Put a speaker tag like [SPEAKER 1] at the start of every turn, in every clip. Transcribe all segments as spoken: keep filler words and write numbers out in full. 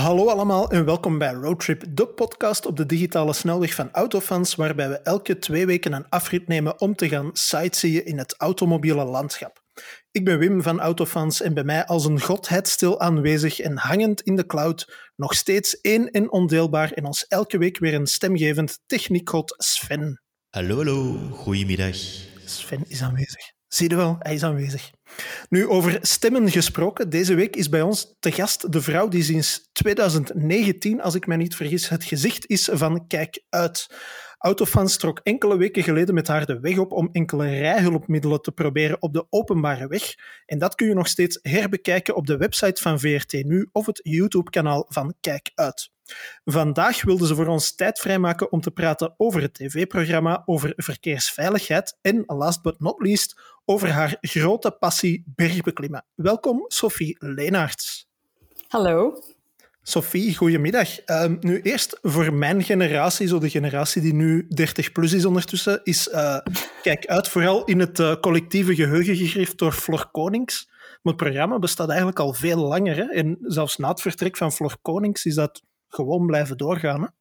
[SPEAKER 1] Hallo allemaal en welkom bij Roadtrip, de podcast op de digitale snelweg van Autofans, waarbij we elke twee weken een afrit nemen om te gaan sightseeën in het automobiele landschap. Ik ben Wim van Autofans en bij mij als een godheid stil aanwezig en hangend in de cloud, nog steeds één en ondeelbaar en ons elke week weer een stemgevend techniekgod Sven.
[SPEAKER 2] Hallo, hallo. Goedemiddag.
[SPEAKER 1] Sven is aanwezig. Zie je wel, hij is aanwezig. Nu, over stemmen gesproken. Deze week is bij ons te gast de vrouw die sinds twintig negentien, als ik mij niet vergis, het gezicht is van Kijk Uit. Autofans trok enkele weken geleden met haar de weg op om enkele rijhulpmiddelen te proberen op de openbare weg. En dat kun je nog steeds herbekijken op de website van V R T Nu of het YouTube-kanaal van Kijk Uit. Vandaag wilden ze voor ons tijd vrijmaken om te praten over het tv-programma, over verkeersveiligheid en, last but not least, over haar grote passie bergbeklimmen. Welkom, Sophie Leenaerts.
[SPEAKER 3] Hallo.
[SPEAKER 1] Sophie, goedemiddag. Uh, nu eerst voor mijn generatie, zo de generatie die nu dertig plus is ondertussen, is uh, Kijk Uit vooral in het uh, collectieve geheugen gegrift door Flor Konings. Maar het programma bestaat eigenlijk al veel langer. Hè? En zelfs na het vertrek van Flor Konings is dat gewoon blijven doorgaan. Hè?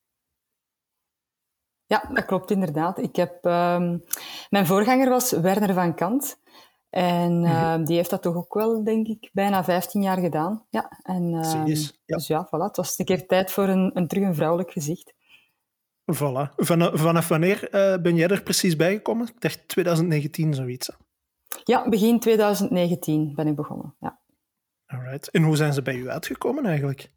[SPEAKER 3] Ja, dat klopt inderdaad. Ik heb, um, mijn voorganger was Werner van Kant. En uh, mm-hmm. die heeft dat toch ook wel, denk ik, bijna vijftien jaar gedaan. Ja, en, uh,
[SPEAKER 1] Serieus? Ja.
[SPEAKER 3] Dus ja, voilà, het was een keer tijd voor een, een terug een vrouwelijk gezicht.
[SPEAKER 1] Voilà. Van, vanaf wanneer uh, ben jij er precies bijgekomen? Ik dacht twintig negentien, zoiets. Hè?
[SPEAKER 3] Ja, begin twintig negentien ben ik begonnen. Ja.
[SPEAKER 1] Alright. En hoe zijn ze bij u uitgekomen eigenlijk?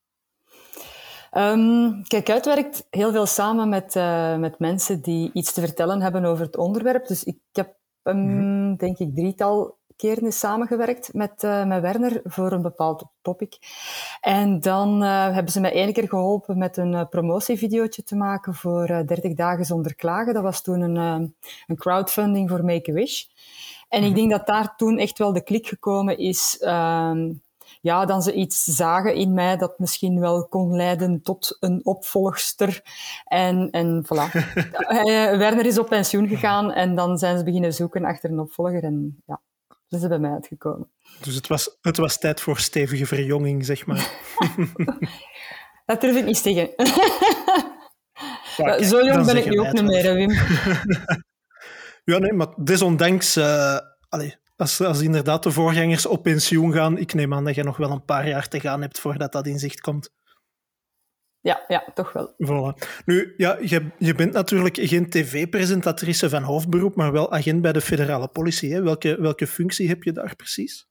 [SPEAKER 3] Um, Kijk Uit werkt heel veel samen met, uh, met mensen die iets te vertellen hebben over het onderwerp. Dus ik heb, um, mm-hmm. denk ik, drietal keren eens samengewerkt met, uh, met Werner voor een bepaald topic. En dan uh, hebben ze mij één keer geholpen met een uh, promotievideootje te maken voor uh, dertig dagen zonder klagen. Dat was toen een, uh, een crowdfunding voor Make-A-Wish. En mm-hmm. ik denk dat daar toen echt wel de klik gekomen is. Um, Ja, dan ze iets zagen in mij dat misschien wel kon leiden tot een opvolgster. En, en voilà. Werner is op pensioen gegaan en dan zijn ze beginnen zoeken achter een opvolger. En ja, ze zijn bij mij uitgekomen.
[SPEAKER 1] Dus het was, het was tijd voor stevige verjonging, zeg maar.
[SPEAKER 3] Dat durf ik niet zeggen. Ja, kijk, zo jong ben ik nu ook niet meer, Wim.
[SPEAKER 1] Ja, nee, maar desondanks... Uh, allez, Als, als inderdaad de voorgangers op pensioen gaan, ik neem aan dat je nog wel een paar jaar te gaan hebt voordat dat in zicht komt.
[SPEAKER 3] Ja, ja, toch wel.
[SPEAKER 1] Voilà. Nu, ja, je, je bent natuurlijk geen tv-presentatrice van hoofdberoep, maar wel agent bij de federale politie. Hè? Welke, welke functie heb je daar precies?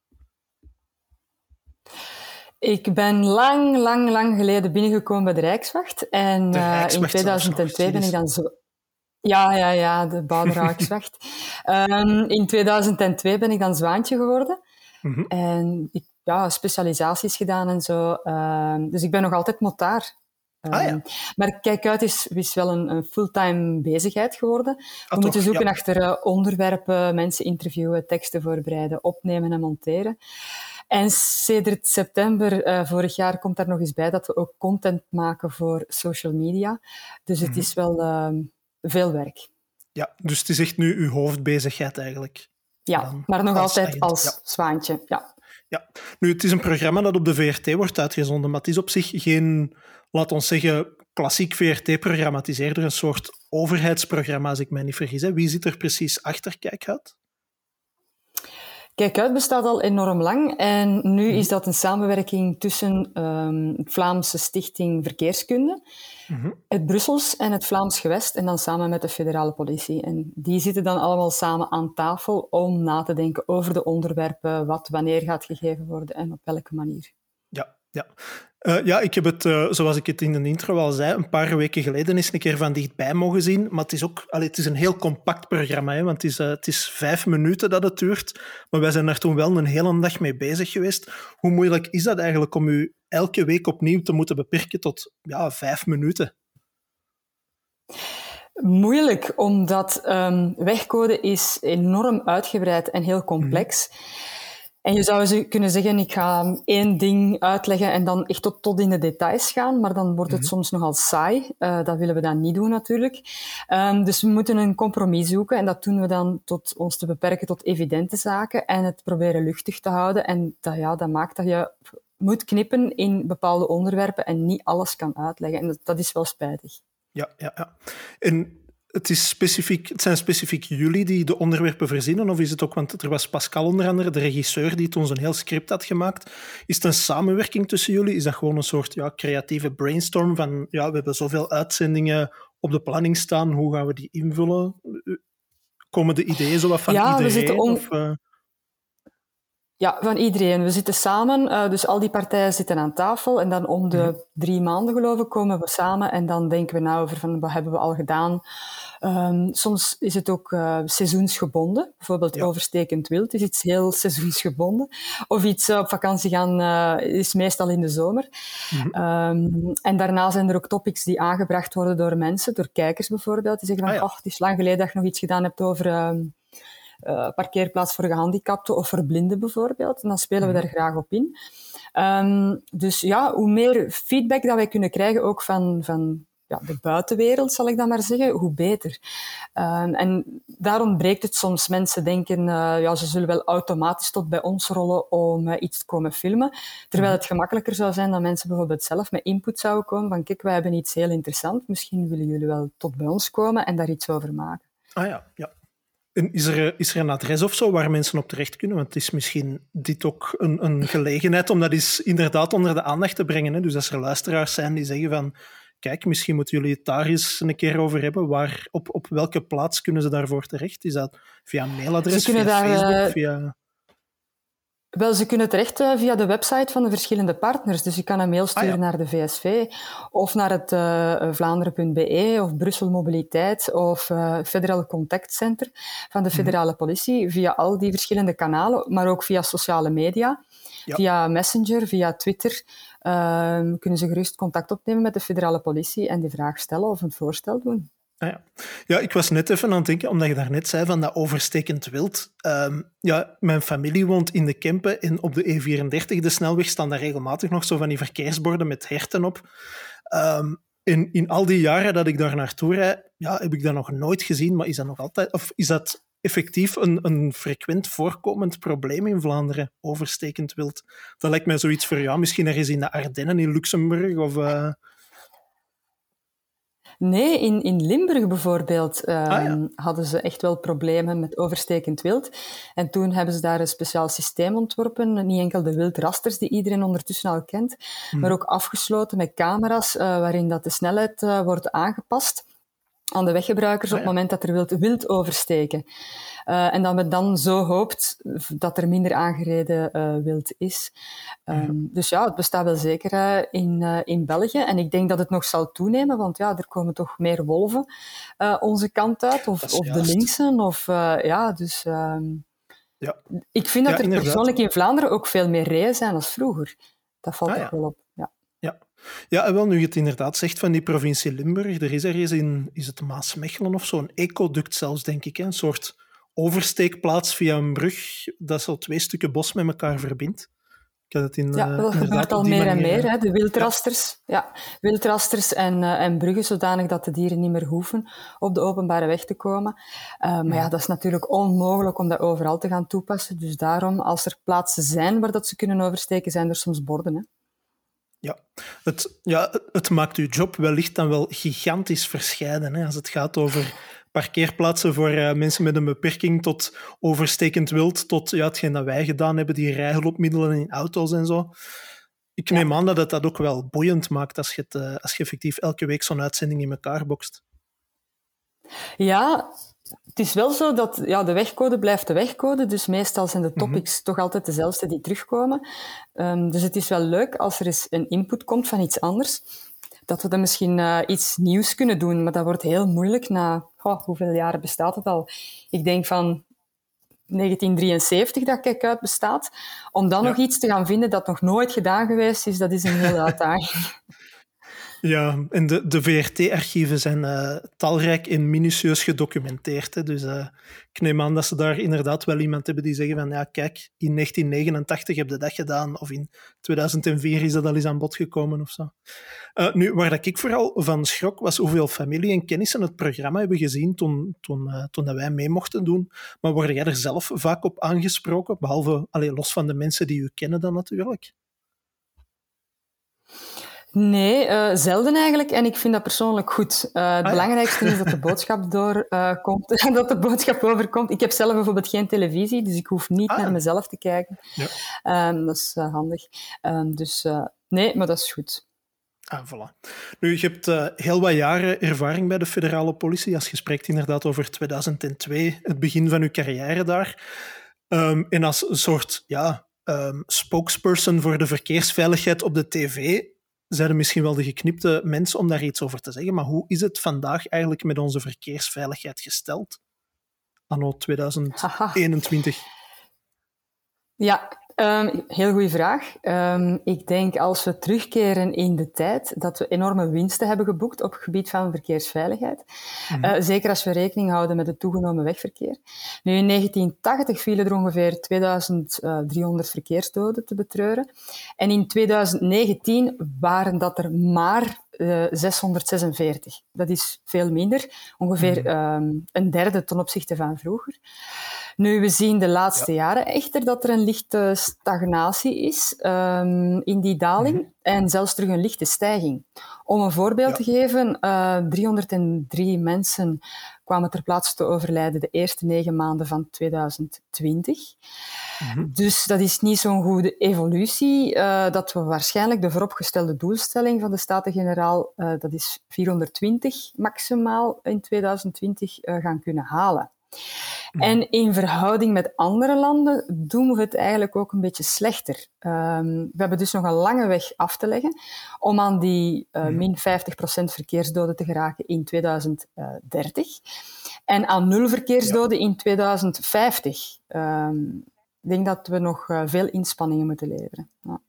[SPEAKER 3] Ik ben lang, lang, lang geleden binnengekomen bij de Rijkswacht. En
[SPEAKER 1] de Rijkswacht
[SPEAKER 3] uh, in tweeduizend twee ben ik dan zo... Ja, ja, ja, de Bouwde-Rijkswacht. um, in tweeduizend twee ben ik dan zwaantje geworden. Mm-hmm. En ik ja, specialisaties gedaan en zo. Um, dus ik ben nog altijd motaar. Um, ah, ja. Maar Kijk Uit is, is wel een, een fulltime bezigheid geworden. We ah, moeten toch? zoeken ja. achter uh, onderwerpen, mensen interviewen, teksten voorbereiden, opnemen en monteren. En sedert september uh, vorig jaar komt daar nog eens bij dat we ook content maken voor social media. Dus het mm-hmm. is wel... Uh, Veel werk.
[SPEAKER 1] Ja, dus het is echt nu uw hoofdbezigheid eigenlijk.
[SPEAKER 3] Ja, um, maar nog als altijd als ja. zwaantje. Ja.
[SPEAKER 1] Ja. Nu, het is een programma dat op de V R T wordt uitgezonden, maar het is op zich geen, laat ons zeggen, klassiek V R T-programma. Het is eerder een soort overheidsprogramma, als ik mij niet vergis. Hè. Wie zit er precies achter Kijk Uit?
[SPEAKER 3] Kijk Uit bestaat al enorm lang en nu mm-hmm. is dat een samenwerking tussen um, het Vlaamse Stichting Verkeerskunde, mm-hmm. het Brussels en het Vlaams Gewest en dan samen met de federale politie. En die zitten dan allemaal samen aan tafel om na te denken over de onderwerpen, wat wanneer gaat gegeven worden en op welke manier.
[SPEAKER 1] Ja, ja. Uh, ja, ik heb het, uh, zoals ik het in de intro al zei, een paar weken geleden eens een keer van dichtbij mogen zien. Maar het is ook allee, het is een heel compact programma, hè, want het is, uh, het is vijf minuten dat het duurt. Maar wij zijn daar toen wel een hele dag mee bezig geweest. Hoe moeilijk is dat eigenlijk om u elke week opnieuw te moeten beperken tot ja, vijf minuten?
[SPEAKER 3] Moeilijk, omdat um, wegcode is enorm uitgebreid en heel complex. Mm-hmm. En je zou kunnen zeggen, ik ga één ding uitleggen en dan echt tot, tot in de details gaan, maar dan wordt het mm-hmm. soms nogal saai. Uh, dat willen we dan niet doen natuurlijk. Um, dus we moeten een compromis zoeken en dat doen we dan tot ons te beperken tot evidente zaken en het proberen luchtig te houden. En dat, ja, dat maakt dat je moet knippen in bepaalde onderwerpen en niet alles kan uitleggen. En dat, dat is wel spijtig.
[SPEAKER 1] Ja, ja, ja. En het, is specifiek, het zijn specifiek jullie die de onderwerpen verzinnen, of is het ook, want er was Pascal onder andere, de regisseur, die toen zo'n heel script had gemaakt. Is het een samenwerking tussen jullie? Is dat gewoon een soort ja, creatieve brainstorm van, ja, we hebben zoveel uitzendingen op de planning staan, hoe gaan we die invullen? Komen de ideeën zo wat van
[SPEAKER 3] ja,
[SPEAKER 1] iedereen?
[SPEAKER 3] We zitten om...
[SPEAKER 1] of, uh...
[SPEAKER 3] Ja, van iedereen. We zitten samen, uh, dus al die partijen zitten aan tafel en dan om de mm. drie maanden, geloof ik, komen we samen en dan denken we na over van, wat hebben we al gedaan. Um, soms is het ook uh, seizoensgebonden. Bijvoorbeeld ja. Overstekend wild is iets heel seizoensgebonden. Of iets uh, op vakantie gaan uh, is meestal in de zomer. Mm-hmm. Um, en daarna zijn er ook topics die aangebracht worden door mensen, door kijkers bijvoorbeeld. Die zeggen van, ah, ja. oh, het is lang geleden dat je nog iets gedaan hebt over... Um, Uh, parkeerplaats voor gehandicapten of voor blinden bijvoorbeeld. En dan spelen we daar graag op in. Um, dus ja, hoe meer feedback dat wij kunnen krijgen, ook van, van ja, de buitenwereld, zal ik dat maar zeggen, hoe beter. Um, en daarom breekt het soms. Mensen denken, uh, ja, ze zullen wel automatisch tot bij ons rollen om uh, iets te komen filmen. Terwijl het gemakkelijker zou zijn dat mensen bijvoorbeeld zelf met input zouden komen van, kijk, wij hebben iets heel interessants, misschien willen jullie wel tot bij ons komen en daar iets over maken.
[SPEAKER 1] Ah ja, ja. En is er, is er een adres of zo waar mensen op terecht kunnen? Want het is misschien dit ook een, een gelegenheid om dat eens inderdaad onder de aandacht te brengen. Hè? Dus als er luisteraars zijn die zeggen van, kijk, misschien moeten jullie het daar eens een keer over hebben. Waar, op, op welke plaats kunnen ze daarvoor terecht? Is dat via een mailadres, via
[SPEAKER 3] daar,
[SPEAKER 1] Facebook?
[SPEAKER 3] Uh...
[SPEAKER 1] Via...
[SPEAKER 3] Wel, ze kunnen terecht uh, via de website van de verschillende partners. Dus je kan een mail sturen ah, ja. naar de V S V of naar het uh, Vlaanderen punt B E of Brussel Mobiliteit of uh, Federaal Contact Center van de federale mm-hmm. politie. Via al die verschillende kanalen, maar ook via sociale media. Ja. Via Messenger, via Twitter uh, kunnen ze gerust contact opnemen met de federale politie en die vraag stellen of een voorstel doen.
[SPEAKER 1] Ah, ja. ja, ik was net even aan het denken, omdat je daarnet zei van dat overstekend wild. Um, ja, mijn familie woont in de Kempen en op de E vierendertig, de snelweg, staan daar regelmatig nog zo van die verkeersborden met herten op. Um, en in al die jaren dat ik daar naartoe rijd, ja, heb ik dat nog nooit gezien, maar is dat nog altijd, of is dat effectief een, een frequent voorkomend probleem in Vlaanderen, overstekend wild? Dat lijkt mij zoiets voor jou, misschien ergens in de Ardennen, in Luxemburg of... Uh...
[SPEAKER 3] Nee, in, in Limburg bijvoorbeeld uh, ah, ja. hadden ze echt wel problemen met overstekend wild. En toen hebben ze daar een speciaal systeem ontworpen. Niet enkel de wildrasters, die iedereen ondertussen al kent, hmm. maar ook afgesloten met camera's, uh, waarin dat de snelheid uh, wordt aangepast aan de weggebruikers ah, ja. op het moment dat er wild, wild oversteken. Uh, en dat men dan zo hoopt dat er minder aangereden uh, wild is. Um, ja. Dus ja, het bestaat wel zeker uh, in, uh, in België. En ik denk dat het nog zal toenemen, want ja, er komen toch meer wolven uh, onze kant uit. Of, of de linksen. Of, uh, ja, dus, um, ja. Ik vind dat ja, er inderdaad. persoonlijk in Vlaanderen ook veel meer reeën zijn dan vroeger. Dat valt ah, toch ja. wel op, ja.
[SPEAKER 1] Ja. Ja, wel, nu je het inderdaad zegt van die provincie Limburg, er is er eens in, is het Maasmechelen of zo, een ecoduct zelfs, denk ik, hè? Een soort oversteekplaats via een brug dat zo twee stukken bos met elkaar verbindt. Ik had het in,
[SPEAKER 3] ja, dat uh, gebeurt al meer manier, en meer, hè? De wildrasters, ja. Ja, wildrasters en, uh, en bruggen, zodanig dat de dieren niet meer hoeven op de openbare weg te komen. Uh, maar ja. ja, dat is natuurlijk onmogelijk om dat overal te gaan toepassen. Dus daarom, als er plaatsen zijn waar dat ze kunnen oversteken, zijn er soms borden, hè?
[SPEAKER 1] Ja. Het, ja, het maakt uw job wellicht dan wel gigantisch verscheiden, hè, als het gaat over parkeerplaatsen voor uh, mensen met een beperking tot overstekend wild, tot ja, hetgeen dat wij gedaan hebben, die rijhulpmiddelen in auto's en zo. Ik neem ja. aan dat het dat ook wel boeiend maakt als je, het, uh, als je effectief elke week zo'n uitzending in elkaar bokst.
[SPEAKER 3] Ja, het is wel zo dat ja, de wegcode blijft de wegcode, dus meestal zijn de topics mm-hmm. toch altijd dezelfde die terugkomen. Um, dus het is wel leuk als er eens een input komt van iets anders, dat we dan misschien uh, iets nieuws kunnen doen, maar dat wordt heel moeilijk na, oh, hoeveel jaren bestaat het al? Ik denk van negentien drieënzeventig dat Kijk Uit bestaat. Om dan ja. nog iets te gaan vinden dat nog nooit gedaan geweest is, dat is een hele uitdaging.
[SPEAKER 1] Ja, en de, de V R T-archieven zijn uh, talrijk en minutieus gedocumenteerd. Hè. Dus uh, ik neem aan dat ze daar inderdaad wel iemand hebben die zeggen van ja, kijk, in negentien negenentachtig heb je dat gedaan, of in tweeduizend vier is dat al eens aan bod gekomen of zo. Uh, nu, waar dat ik vooral van schrok, was hoeveel familie en kennissen het programma hebben gezien toen, toen, uh, toen dat wij mee mochten doen. Maar word jij er zelf vaak op aangesproken, behalve allee, los van de mensen die u kennen dan natuurlijk?
[SPEAKER 3] Nee, uh, zelden eigenlijk. En ik vind dat persoonlijk goed. Uh, het ah, belangrijkste ja. is dat de boodschap doorkomt, uh, dat de boodschap overkomt. Ik heb zelf bijvoorbeeld geen televisie, dus ik hoef niet ah. naar mezelf te kijken. Ja. Um, dat is uh, handig. Um, dus uh, nee, maar dat is goed.
[SPEAKER 1] Ah, voilà. Nu, je hebt uh, heel wat jaren ervaring bij de federale politie. Als je spreekt inderdaad over tweeduizend twee, het begin van je carrière daar. Um, en als een soort ja, um, spokesperson voor de verkeersveiligheid op de tv... zijn er misschien wel de geknipte mensen om daar iets over te zeggen. Maar hoe is het vandaag eigenlijk met onze verkeersveiligheid gesteld? Anno tweeduizend eenentwintig. Haha.
[SPEAKER 3] Ja, um, heel goede vraag. Um, ik denk als we terugkeren in de tijd, dat we enorme winsten hebben geboekt op het gebied van verkeersveiligheid. Mm-hmm. Uh, zeker als we rekening houden met het toegenomen wegverkeer. Nu, in negentien tachtig vielen er ongeveer tweeduizend driehonderd verkeersdoden te betreuren. En in tweeduizend negentien waren dat er maar uh, zeshonderdzesenveertig. Dat is veel minder. Ongeveer mm-hmm. um, een derde ten opzichte van vroeger. Nu, we zien de laatste ja. jaren echter dat er een lichte stagnatie is um, in die daling mm-hmm. en zelfs terug een lichte stijging. Om een voorbeeld ja. te geven, uh, driehonderddrie mensen kwamen ter plaatse te overlijden de eerste negen maanden van tweeduizend twintig. Mm-hmm. Dus dat is niet zo'n goede evolutie, uh, dat we waarschijnlijk de vooropgestelde doelstelling van de Staten-Generaal, uh, dat is vierhonderdtwintig maximaal in tweeduizend twintig, uh, gaan kunnen halen. En in verhouding met andere landen doen we het eigenlijk ook een beetje slechter. Um, we hebben dus nog een lange weg af te leggen om aan die uh, min vijftig procent verkeersdoden te geraken in tweeduizend dertig. En aan nul verkeersdoden ja. in tweeduizend vijftig. Um, ik denk dat we nog uh, veel inspanningen moeten leveren. Ja.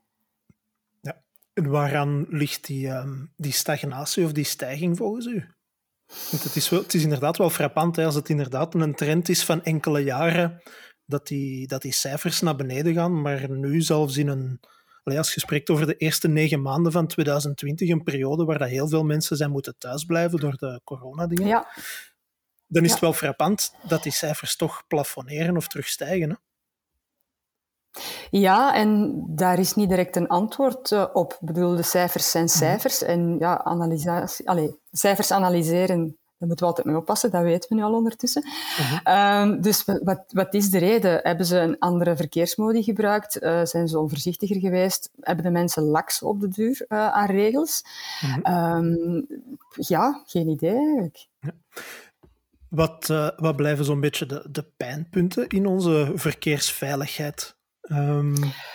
[SPEAKER 1] Ja. En waaraan ligt die, um, die stagnatie of die stijging volgens u? Want het is, wel, het is inderdaad wel frappant, hè, als het inderdaad een trend is van enkele jaren dat die, dat die cijfers naar beneden gaan, maar nu zelfs in een... Als je spreekt over de eerste negen maanden van tweeduizend twintig, een periode waar dat heel veel mensen zijn moeten thuisblijven door de coronadingen,
[SPEAKER 3] ja.
[SPEAKER 1] dan is
[SPEAKER 3] ja.
[SPEAKER 1] het wel frappant dat die cijfers toch plafonneren of terugstijgen. Hè?
[SPEAKER 3] Ja, en daar is niet direct een antwoord uh, op. Ik bedoel, de cijfers zijn cijfers. Mm-hmm. En ja, analysatie, allez, cijfers analyseren, daar moeten we altijd mee oppassen, dat weten we nu al ondertussen. Mm-hmm. Um, dus wat, wat is de reden? Hebben ze een andere verkeersmodi gebruikt? Uh, zijn ze onvoorzichtiger geweest? Hebben de mensen laks op de duur uh, aan regels? Mm-hmm. Um, ja, geen idee eigenlijk. Ja.
[SPEAKER 1] Wat, uh, wat blijven zo'n beetje de, de pijnpunten in onze verkeersveiligheid? Um,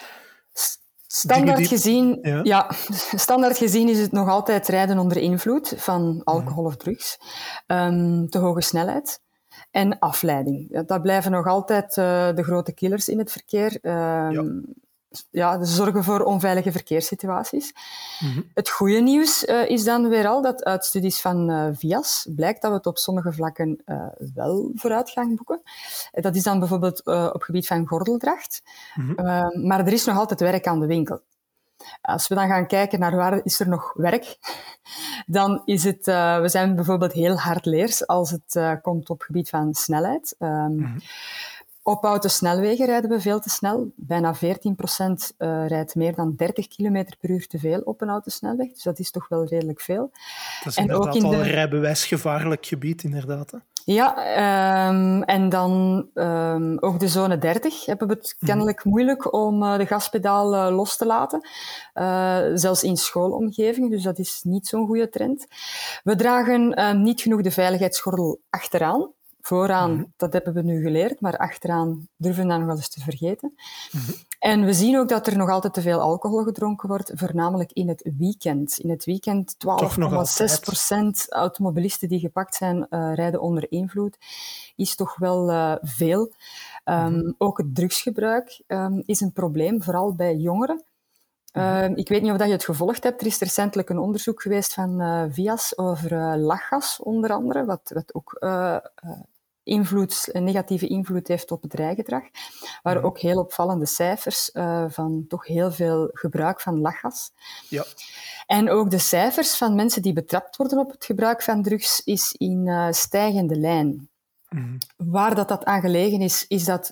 [SPEAKER 3] standaard,
[SPEAKER 1] die...
[SPEAKER 3] gezien,
[SPEAKER 1] ja.
[SPEAKER 3] Ja, standaard gezien is het nog altijd rijden onder invloed van alcohol mm. of drugs, um, te hoge snelheid en afleiding. Ja, dat blijven nog altijd uh, de grote killers in het verkeer. Um, ja. Ja, ze zorgen voor onveilige verkeerssituaties. Mm-hmm. Het goede nieuws uh, is dan weer al dat uit studies van uh, V I A S blijkt dat we het op sommige vlakken uh, wel vooruitgang boeken. Dat is dan bijvoorbeeld uh, op het gebied van gordeldracht. Mm-hmm. Uh, maar er is nog altijd werk aan de winkel. Als we dan gaan kijken naar waar is er nog werk, dan is het... Uh, we zijn bijvoorbeeld heel hardleers als het uh, komt op het gebied van snelheid. Um, mm-hmm. Op autosnelwegen rijden we veel te snel. Bijna veertien procent uh, rijdt meer dan dertig kilometer per uur te veel op een autosnelweg. Dus dat is toch wel redelijk veel.
[SPEAKER 1] Dat is en inderdaad ook in al de... een rijbewijsgevaarlijk gebied, inderdaad. Hè?
[SPEAKER 3] Ja, um, en dan um, ook de zone dertig hebben we het kennelijk mm. moeilijk om uh, de gaspedaal uh, los te laten. Uh, zelfs in schoolomgeving, dus dat is niet zo'n goede trend. We dragen uh, niet genoeg de veiligheidsgordel achteraan. Vooraan, mm-hmm. dat hebben we nu geleerd, maar achteraan durven we dat nog wel eens te vergeten. Mm-hmm. En we zien ook dat er nog altijd te veel alcohol gedronken wordt, voornamelijk in het weekend. In het weekend twaalf komma zes procent automobilisten die gepakt zijn, uh, rijden onder invloed. Is toch wel uh, veel. Um, mm-hmm. Ook het drugsgebruik um, is een probleem, vooral bij jongeren. Uh, ik weet niet of je het gevolgd hebt. Er is recentelijk een onderzoek geweest van uh, V I A S over uh, lachgas, onder andere, wat, wat ook uh, uh, invloed, een negatieve invloed heeft op het rijgedrag. Waar ook heel opvallende cijfers uh, van toch heel veel gebruik van lachgas. Ja. En ook de cijfers van mensen die betrapt worden op het gebruik van drugs is in uh, stijgende lijn. Mm. Waar dat, dat aan gelegen is, is dat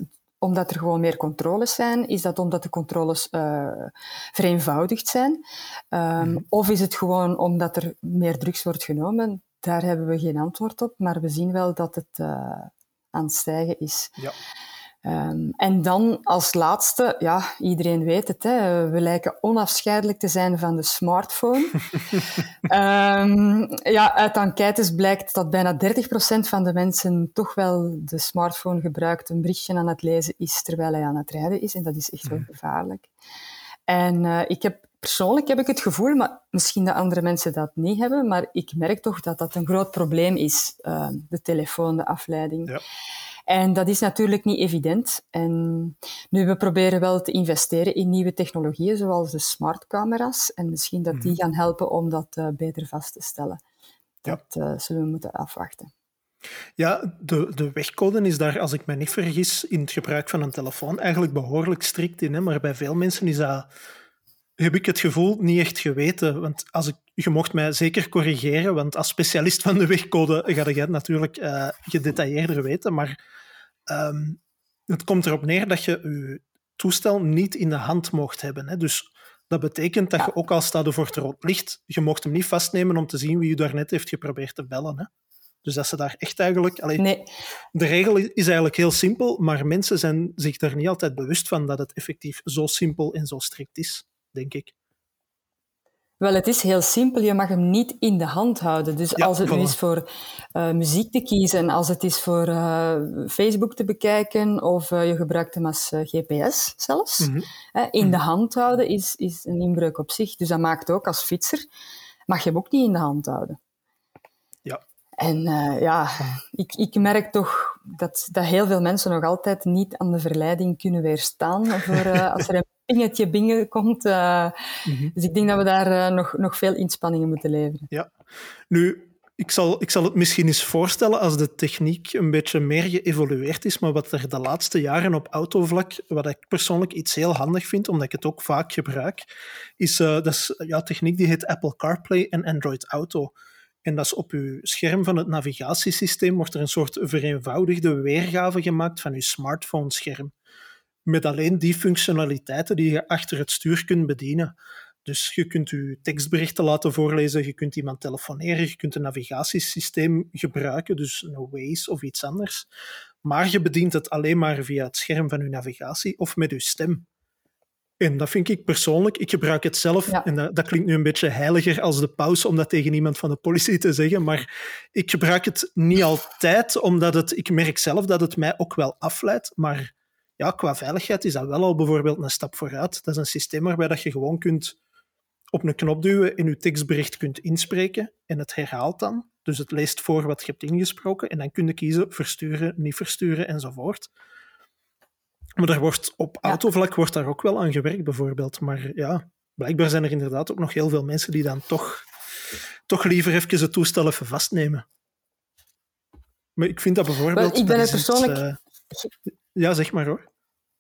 [SPEAKER 3] omdat er gewoon meer controles zijn? Is dat omdat de controles uh, vereenvoudigd zijn? Um, mm-hmm. Of is het gewoon omdat er meer drugs wordt genomen? Daar hebben we geen antwoord op, maar we zien wel dat het uh, aan het stijgen is. Ja. Um, en dan als laatste, ja, iedereen weet het, hè, we lijken onafscheidelijk te zijn van de smartphone. um, ja, uit enquêtes blijkt dat bijna dertig procent van de mensen toch wel de smartphone gebruikt, een berichtje aan het lezen is terwijl hij aan het rijden is. En dat is echt wel gevaarlijk. En uh, ik heb, persoonlijk heb ik het gevoel, maar misschien dat andere mensen dat niet hebben, maar ik merk toch dat dat een groot probleem is, uh, de telefoon, de afleiding. Ja. En dat is natuurlijk niet evident. En nu, we proberen wel te investeren in nieuwe technologieën, zoals de smartcamera's. En misschien dat die gaan helpen om dat uh, beter vast te stellen. Dat uh, zullen we moeten afwachten.
[SPEAKER 1] Ja, de, de wegcode is daar, als ik me niet vergis, in het gebruik van een telefoon eigenlijk behoorlijk strikt in. Hè? Maar bij veel mensen is dat, heb ik het gevoel, niet echt geweten. Want als ik, je mocht mij zeker corrigeren, want als specialist van de wegcode ga je het natuurlijk uh, gedetailleerder weten. Maar um, het komt erop neer dat je je toestel niet in de hand mocht hebben. Hè? Dus dat betekent dat je ook al staat voor het rood licht, je mocht hem niet vastnemen om te zien wie je daarnet heeft geprobeerd te bellen. Hè? Dus dat ze daar echt eigenlijk... Allee, nee. De regel is eigenlijk heel simpel, maar mensen zijn zich daar niet altijd bewust van dat het effectief zo simpel en zo strikt is, denk ik.
[SPEAKER 3] Wel, het is heel simpel. Je mag hem niet in de hand houden. Dus ja, als het voilà. nu is voor uh, muziek te kiezen, als het is voor uh, Facebook te bekijken, of uh, je gebruikt hem als uh, G P S zelfs, mm-hmm. uh, in mm-hmm. de hand houden is, is een inbreuk op zich. Dus dat maakt ook als fietser, mag je hem ook niet in de hand houden.
[SPEAKER 1] Ja.
[SPEAKER 3] En uh, ja, ik, ik merk toch dat, dat heel veel mensen nog altijd niet aan de verleiding kunnen weerstaan voor, uh, als er een pingetje binnenkomt. Uh, mm-hmm. Dus ik denk dat we daar uh, nog, nog veel inspanningen moeten leveren.
[SPEAKER 1] Ja, nu, ik zal, ik zal het misschien eens voorstellen als de techniek een beetje meer geëvolueerd is, maar wat er de laatste jaren op autovlak, wat ik persoonlijk iets heel handig vind, omdat ik het ook vaak gebruik, is, uh, dat is ja, techniek die heet Apple CarPlay en Android Auto. En dat is op uw scherm van het navigatiesysteem wordt er een soort vereenvoudigde weergave gemaakt van uw smartphone-scherm. Met alleen die functionaliteiten die je achter het stuur kunt bedienen. Dus je kunt je tekstberichten laten voorlezen, je kunt iemand telefoneren, je kunt een navigatiesysteem gebruiken, dus een Waze of iets anders. Maar je bedient het alleen maar via het scherm van je navigatie of met je stem. En dat vind ik persoonlijk, ik gebruik het zelf, ja. en dat, dat klinkt nu een beetje heiliger als de paus om dat tegen iemand van de politie te zeggen, maar ik gebruik het niet altijd, omdat het, ik merk zelf dat het mij ook wel afleidt, maar ja, qua veiligheid is dat wel al bijvoorbeeld een stap vooruit. Dat is een systeem waarbij dat je gewoon kunt op een knop duwen en je tekstbericht kunt inspreken en het herhaalt dan. Dus het leest voor wat je hebt ingesproken en dan kun je kiezen versturen, niet versturen enzovoort. Maar er wordt, op ja. autovlak wordt daar ook wel aan gewerkt, bijvoorbeeld. Maar ja, blijkbaar zijn er inderdaad ook nog heel veel mensen die dan toch, toch liever even het toestel even vastnemen. Maar ik vind dat bijvoorbeeld...
[SPEAKER 3] Wel, ik ben
[SPEAKER 1] er
[SPEAKER 3] persoonlijk...
[SPEAKER 1] Iets, uh... Ja, zeg maar hoor.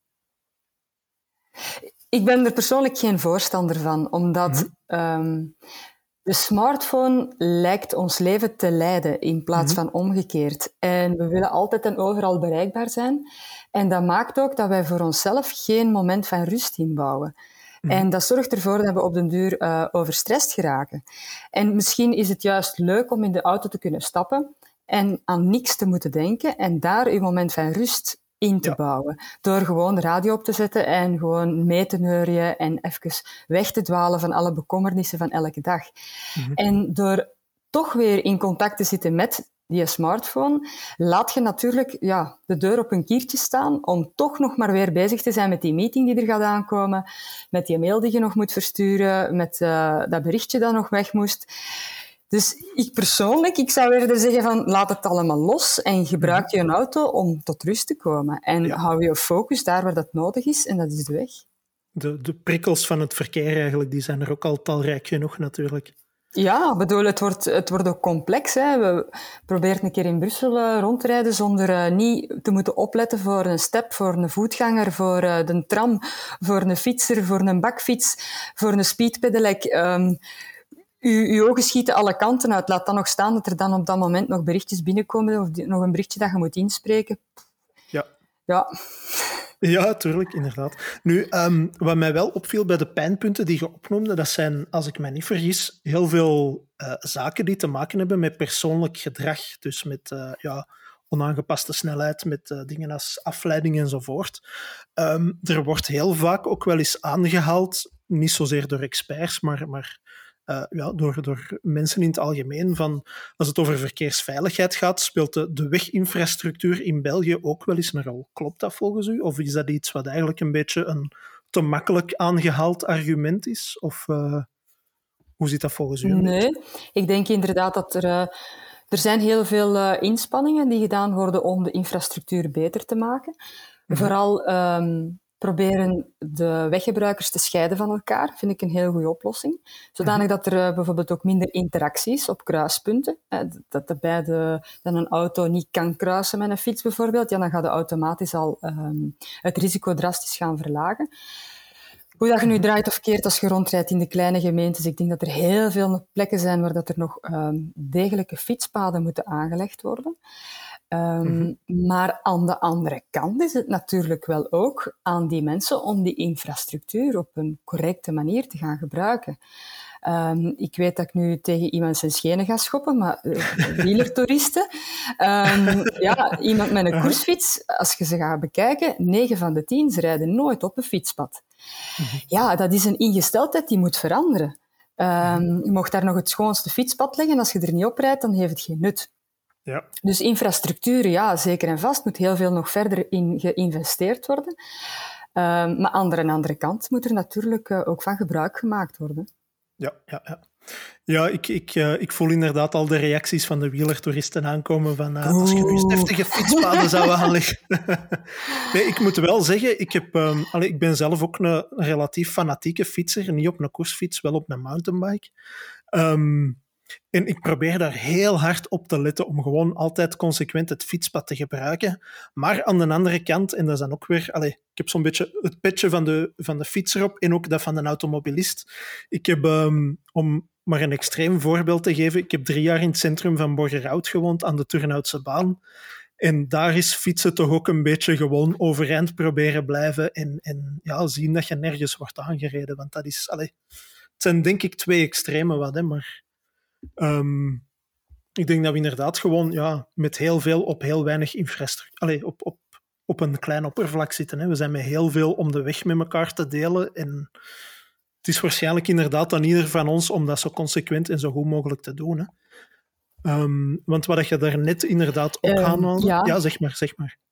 [SPEAKER 3] Ik ben er persoonlijk geen voorstander van, omdat mm-hmm. um, de smartphone lijkt ons leven te leiden in plaats mm-hmm. van omgekeerd. En we willen altijd en overal bereikbaar zijn. En dat maakt ook dat wij voor onszelf geen moment van rust inbouwen. Mm-hmm. En dat zorgt ervoor dat we op den duur uh, overstrest geraken. En misschien is het juist leuk om in de auto te kunnen stappen en aan niks te moeten denken en daar uw moment van rust in te ja. bouwen. Door gewoon de radio op te zetten en gewoon mee te neurien en even weg te dwalen van alle bekommernissen van elke dag. Mm-hmm. En door toch weer in contact te zitten met die smartphone, laat je natuurlijk ja, de deur op een kiertje staan om toch nog maar weer bezig te zijn met die meeting die er gaat aankomen, met die mail die je nog moet versturen, met uh, dat berichtje dat nog weg moest. Dus ik persoonlijk, ik zou eerder zeggen van laat het allemaal los en gebruik je een auto om tot rust te komen. En ja. hou je focus daar waar dat nodig is en dat is de weg.
[SPEAKER 1] De, de prikkels van het verkeer eigenlijk, die zijn er ook al talrijk genoeg natuurlijk.
[SPEAKER 3] Ja, bedoel, het wordt, het wordt ook complex. Hè. We proberen een keer in Brussel uh, rond te rijden zonder uh, niet te moeten opletten voor een step, voor een voetganger, voor uh, de tram, voor een fietser, voor een bakfiets, voor een speedpedelec. Um, uw, uw ogen schieten alle kanten uit. Laat dan nog staan dat er dan op dat moment nog berichtjes binnenkomen of die, nog een berichtje dat je moet inspreken.
[SPEAKER 1] Ja.
[SPEAKER 3] Ja.
[SPEAKER 1] Ja, tuurlijk, inderdaad. Nu, um, wat mij wel opviel bij de pijnpunten die je opnoemde, dat zijn, als ik mij niet vergis, heel veel uh, zaken die te maken hebben met persoonlijk gedrag. Dus met uh, ja, onaangepaste snelheid, met uh, dingen als afleiding enzovoort. Um, er wordt heel vaak ook wel eens aangehaald, niet zozeer door experts, maar... maar Uh, ja, door, door mensen in het algemeen. Van, als het over verkeersveiligheid gaat, speelt de, de weginfrastructuur in België ook wel eens een rol. Klopt dat volgens u? Of is dat iets wat eigenlijk een beetje een te makkelijk aangehaald argument is? Of uh, hoe zit dat volgens u?
[SPEAKER 3] Nee, ik denk inderdaad dat er... Uh, er zijn heel veel uh, inspanningen die gedaan worden om de infrastructuur beter te maken. Mm-hmm. Vooral... Um, proberen de weggebruikers te scheiden van elkaar, vind ik een heel goede oplossing. Zodanig dat er uh, bijvoorbeeld ook minder interacties op kruispunten. Uh, dat, de beide, dat een auto niet kan kruisen met een fiets bijvoorbeeld. Ja, dan gaat de automatisch al um, het risico drastisch gaan verlagen. Hoe dat je nu draait of keert als je rondrijdt in de kleine gemeentes, ik denk dat er heel veel plekken zijn waar dat er nog um, degelijke fietspaden moeten aangelegd worden. Um, mm-hmm. Maar aan de andere kant is het natuurlijk wel ook aan die mensen om die infrastructuur op een correcte manier te gaan gebruiken. Um, ik weet dat ik nu tegen iemand zijn schenen ga schoppen, maar uh, wielertoeristen. Um, ja, iemand met een koersfiets, als je ze gaat bekijken, negen van de tien, ze rijden nooit op een fietspad. Mm-hmm. Ja, dat is een ingesteldheid die moet veranderen. Um, je mag daar nog het schoonste fietspad leggen, als je er niet op rijdt, dan heeft het geen nut. Ja. Dus infrastructuur, ja, zeker en vast, moet heel veel nog verder in geïnvesteerd worden. Um, maar aan de andere kant moet er natuurlijk uh, ook van gebruik gemaakt worden.
[SPEAKER 1] Ja, ja, ja. Ja, ik, ik, uh, ik voel inderdaad al de reacties van de wielertoeristen aankomen van uh, als je nu eens deftige fietspaden zou aanleggen. Nee, ik moet wel zeggen, ik, heb, um, allez, ik ben zelf ook een, een relatief fanatieke fietser. Niet op een koersfiets, wel op een mountainbike. Um, En ik probeer daar heel hard op te letten om gewoon altijd consequent het fietspad te gebruiken. Maar aan de andere kant, en dat is dan ook weer... Allez, ik heb zo'n beetje het petje van de, van de fietser op en ook dat van de automobilist. Ik heb, um, om maar een extreem voorbeeld te geven, ik heb drie jaar in het centrum van Borgerhout gewoond, aan de Turnhoutse baan. En daar is fietsen toch ook een beetje gewoon overeind proberen blijven en, en ja, zien dat je nergens wordt aangereden. Want dat is... Allez, het zijn denk ik twee extreme wat, hè, maar... Um, ik denk dat we inderdaad gewoon ja, met heel veel op heel weinig infrastructuur, allee, op, op, op een klein oppervlak zitten. Hè. We zijn met heel veel om de weg met elkaar te delen. En het is waarschijnlijk inderdaad aan ieder van ons om dat zo consequent en zo goed mogelijk te doen. Hè. Um, want wat je daar net inderdaad op
[SPEAKER 3] uh,
[SPEAKER 1] aanhaalde...
[SPEAKER 3] Ja.
[SPEAKER 1] ja, zeg maar, zeg maar.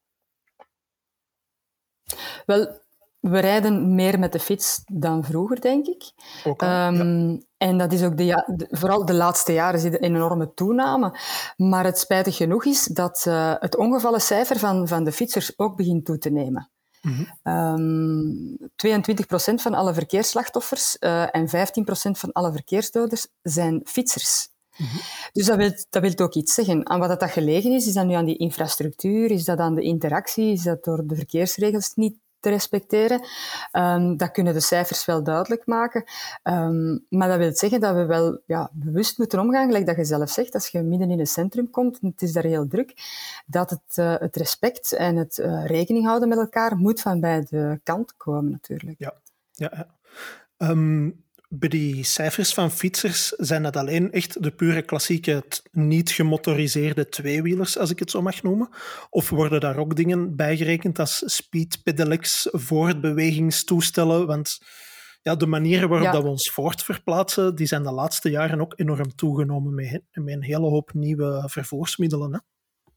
[SPEAKER 3] Wel... We rijden meer met de fiets dan vroeger, denk ik.
[SPEAKER 1] Ook al,
[SPEAKER 3] um,
[SPEAKER 1] ja.
[SPEAKER 3] En dat is ook de, ja, de, vooral de laatste jaren zie je een enorme toename. Maar het spijtig genoeg is dat uh, het ongevallencijfer van, van de fietsers ook begint toe te nemen. Mm-hmm. Um, tweeëntwintig procent van alle verkeersslachtoffers uh, en vijftien procent van alle verkeersdoders zijn fietsers. Mm-hmm. Dus dat wil, dat wil ook iets zeggen. Aan wat dat gelegen is, is dat nu aan die infrastructuur, is dat aan de interactie, is dat door de verkeersregels niet te respecteren. Um, dat kunnen de cijfers wel duidelijk maken. Um, maar dat wil zeggen dat we wel ja, bewust moeten omgaan, gelijk dat je zelf zegt, als je midden in het centrum komt, en het is daar heel druk, dat het, uh, het respect en het uh, rekening houden met elkaar moet van beide kanten komen, natuurlijk.
[SPEAKER 1] Ja, ja, ja. Um, bij die cijfers van fietsers zijn dat alleen echt de pure klassieke niet gemotoriseerde tweewielers, als ik het zo mag noemen? Of worden daar ook dingen bijgerekend als speed pedelecs, voortbewegingstoestellen? Want ja, de manieren waarop ja. dat we ons voortverplaatsen, die zijn de laatste jaren ook enorm toegenomen met, met een hele hoop nieuwe vervoersmiddelen. Hè?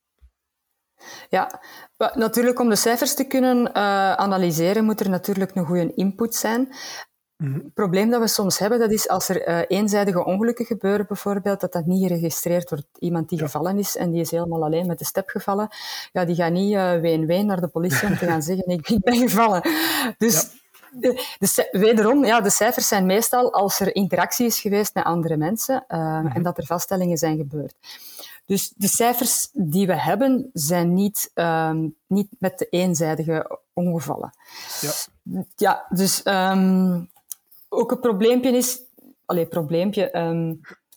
[SPEAKER 3] Ja, natuurlijk om de cijfers te kunnen uh, analyseren moet er natuurlijk een goede input zijn. Mm-hmm. Het probleem dat we soms hebben, dat is als er uh, eenzijdige ongelukken gebeuren bijvoorbeeld, dat dat niet geregistreerd wordt. Iemand die ja. gevallen is en die is helemaal alleen met de step gevallen, ja, die gaat niet uh, ween-ween naar de politie om te gaan zeggen ik, ik ben gevallen. Dus ja. de, de, wederom, ja, de cijfers zijn meestal als er interactie is geweest met andere mensen uh, mm-hmm. en dat er vaststellingen zijn gebeurd. Dus de cijfers die we hebben, zijn niet, um, niet met de eenzijdige ongevallen. Ja, ja dus... Um, Ook een probleempje is... Allee, probleempje... Um,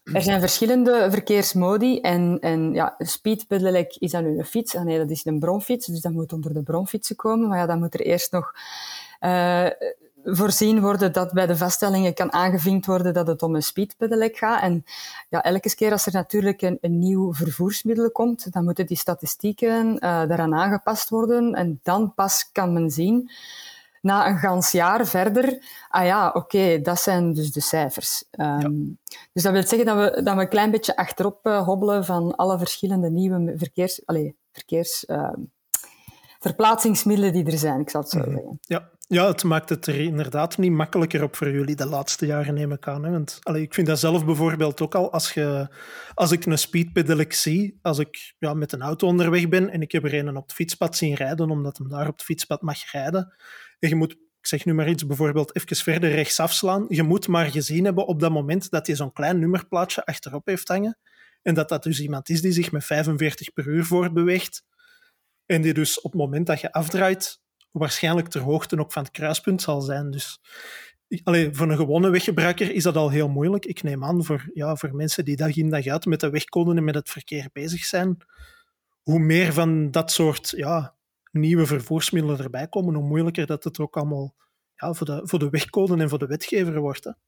[SPEAKER 3] Er zijn verschillende verkeersmodi en, en ja, speedpedelec, is dat nu een fiets? Ah nee, dat is een bromfiets, dus dat moet onder de bromfietsen komen. Maar ja, dan moet er eerst nog uh, voorzien worden dat bij de vaststellingen kan aangevinkt worden dat het om een speedpedelec gaat. En ja, elke keer als er natuurlijk een, een nieuw vervoersmiddel komt, dan moeten die statistieken uh, daaraan aangepast worden. En dan pas kan men zien, na een gans jaar verder, ah ja, oké, okay, dat zijn dus de cijfers. Um, ja. Dus dat wil zeggen dat we, dat we een klein beetje achterop uh, hobbelen van alle verschillende nieuwe verkeers, allez, verkeers, uh, verplaatsingsmiddelen die er zijn, ik zal het zo mm-hmm. zeggen.
[SPEAKER 1] Ja. Ja, het maakt het er inderdaad niet makkelijker op voor jullie de laatste jaren, neem ik aan. Hè? Want allee, ik vind dat zelf bijvoorbeeld ook al, als, je, als ik een speedpedelec zie, als ik ja, met een auto onderweg ben en ik heb er een op het fietspad zien rijden, omdat hem daar op het fietspad mag rijden, en je moet, ik zeg nu maar iets, bijvoorbeeld even verder rechtsaf slaan, je moet maar gezien hebben op dat moment dat hij zo'n klein nummerplaatje achterop heeft hangen en dat dat dus iemand is die zich met vijfenveertig per uur voortbeweegt en die dus op het moment dat je afdraait waarschijnlijk ter hoogte ook van het kruispunt zal zijn. Dus allee, voor een gewone weggebruiker is dat al heel moeilijk. Ik neem aan, voor, ja, voor mensen die dag in dag uit met de wegcode en met het verkeer bezig zijn, hoe meer van dat soort ja, nieuwe vervoersmiddelen erbij komen, hoe moeilijker dat het ook allemaal ja, voor, de, voor de wegcode en voor de wetgever wordt. Hè.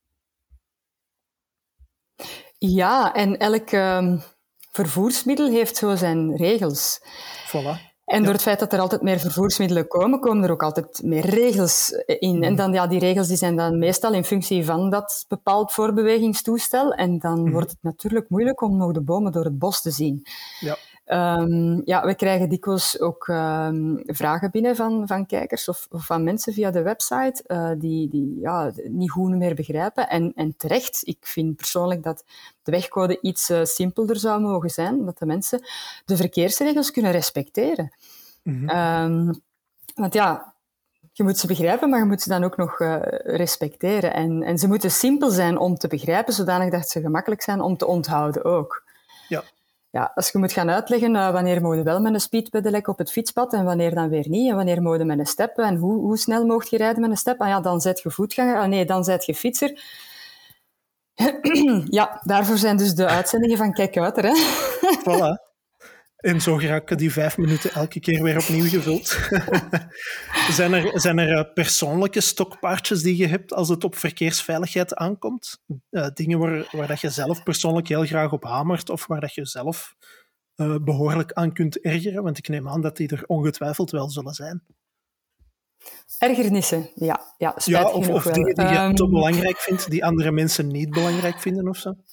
[SPEAKER 3] Ja, en elk uh, vervoersmiddel heeft zo zijn regels.
[SPEAKER 1] Voilà.
[SPEAKER 3] En
[SPEAKER 1] ja.
[SPEAKER 3] door het feit dat er altijd meer vervoersmiddelen komen, komen er ook altijd meer regels in. Mm. En dan, ja, die regels die zijn dan meestal in functie van dat bepaald voorbewegingstoestel. En dan mm. wordt het natuurlijk moeilijk om nog de bomen door het bos te zien.
[SPEAKER 1] Ja.
[SPEAKER 3] Um, ja, we krijgen dikwijls ook um, vragen binnen van, van kijkers of, of van mensen via de website uh, die, die ja, niet goed meer begrijpen. En, en terecht, ik vind persoonlijk dat de wegcode iets uh, simpelder zou mogen zijn, dat de mensen de verkeersregels kunnen respecteren. Mm-hmm. Um, want ja, je moet ze begrijpen, maar je moet ze dan ook nog uh, respecteren. En, en ze moeten simpel zijn om te begrijpen, zodanig dat ze gemakkelijk zijn om te onthouden ook.
[SPEAKER 1] Ja.
[SPEAKER 3] Ja, als je moet gaan uitleggen uh, wanneer mogen we wel met een speedpedelec op het fietspad en wanneer dan weer niet, en wanneer mogen we met een step en hoe, hoe snel mocht je rijden met een step, ah ja, dan zet je voetganger, ah nee, dan zet je fietser. Ja, daarvoor zijn dus de uitzendingen van Kijk Uit er, hè.
[SPEAKER 1] Voilà. En zo geraken die vijf minuten elke keer weer opnieuw gevuld. zijn er, zijn er persoonlijke stokpaardjes die je hebt als het op verkeersveiligheid aankomt? Uh, dingen waar, waar dat je zelf persoonlijk heel graag op hamert of waar dat je zelf uh, behoorlijk aan kunt ergeren? Want ik neem aan dat die er ongetwijfeld wel zullen zijn.
[SPEAKER 3] Ergernissen, ja. Ja,
[SPEAKER 1] ja of, of
[SPEAKER 3] wel.
[SPEAKER 1] dingen die je
[SPEAKER 3] um,
[SPEAKER 1] te belangrijk vindt, die andere mensen niet belangrijk vinden of zo?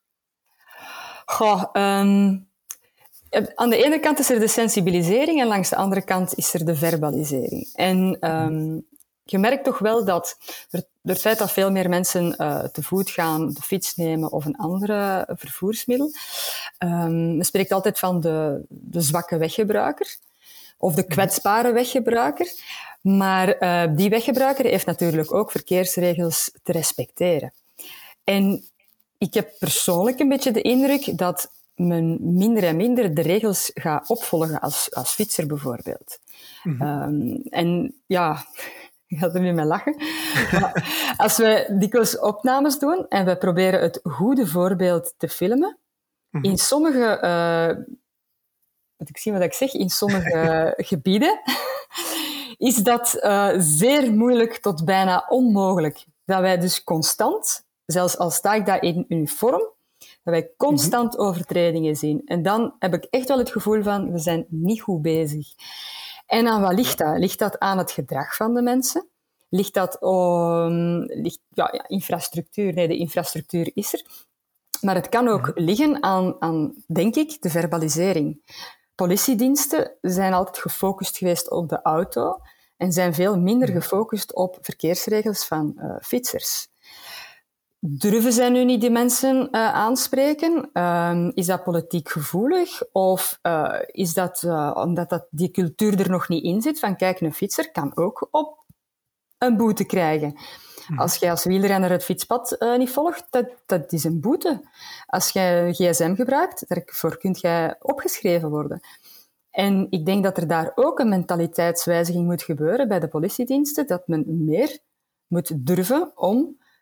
[SPEAKER 3] Goh, um... aan de ene kant is er de sensibilisering en langs de andere kant is er de verbalisering. En um, je merkt toch wel dat door het feit dat veel meer mensen uh, te voet gaan, de fiets nemen of een andere vervoersmiddel, um, men spreekt altijd van de, de zwakke weggebruiker of de kwetsbare weggebruiker. Maar uh, die weggebruiker heeft natuurlijk ook verkeersregels te respecteren. En ik heb persoonlijk een beetje de indruk dat men minder en minder de regels gaat opvolgen als, als fietser bijvoorbeeld. Mm-hmm. Um, en ja, je gaat er nu mee lachen. Maar als we dikwijls opnames doen en we proberen het goede voorbeeld te filmen, mm-hmm. in sommige, uh, moet ik zien wat ik zeg, in sommige gebieden is dat uh, zeer moeilijk tot bijna onmogelijk. Dat wij dus constant, zelfs al sta ik daar in uniform, dat wij constant mm-hmm. overtredingen zien. En dan heb ik echt wel het gevoel van, we zijn niet goed bezig. En aan wat ligt dat? Ligt dat aan het gedrag van de mensen? Ligt dat aan ligt, ja, ja, infrastructuur? Nee, de infrastructuur is er. Maar het kan ook mm-hmm. liggen aan, aan, denk ik, de verbalisering. Politiediensten zijn altijd gefocust geweest op de auto en zijn veel minder gefocust op verkeersregels van uh, fietsers. Durven zij nu niet die mensen uh, aanspreken? Uh, is dat politiek gevoelig? Of uh, is dat uh, omdat dat die cultuur er nog niet in zit? Van kijk, een fietser kan ook op een boete krijgen. Mm-hmm. Als jij als wielrenner het fietspad uh, niet volgt, dat, dat is een boete. Als jij gsm gebruikt, daarvoor kun jij opgeschreven worden. En ik denk dat er daar ook een mentaliteitswijziging moet gebeuren bij de politiediensten, dat men meer moet durven om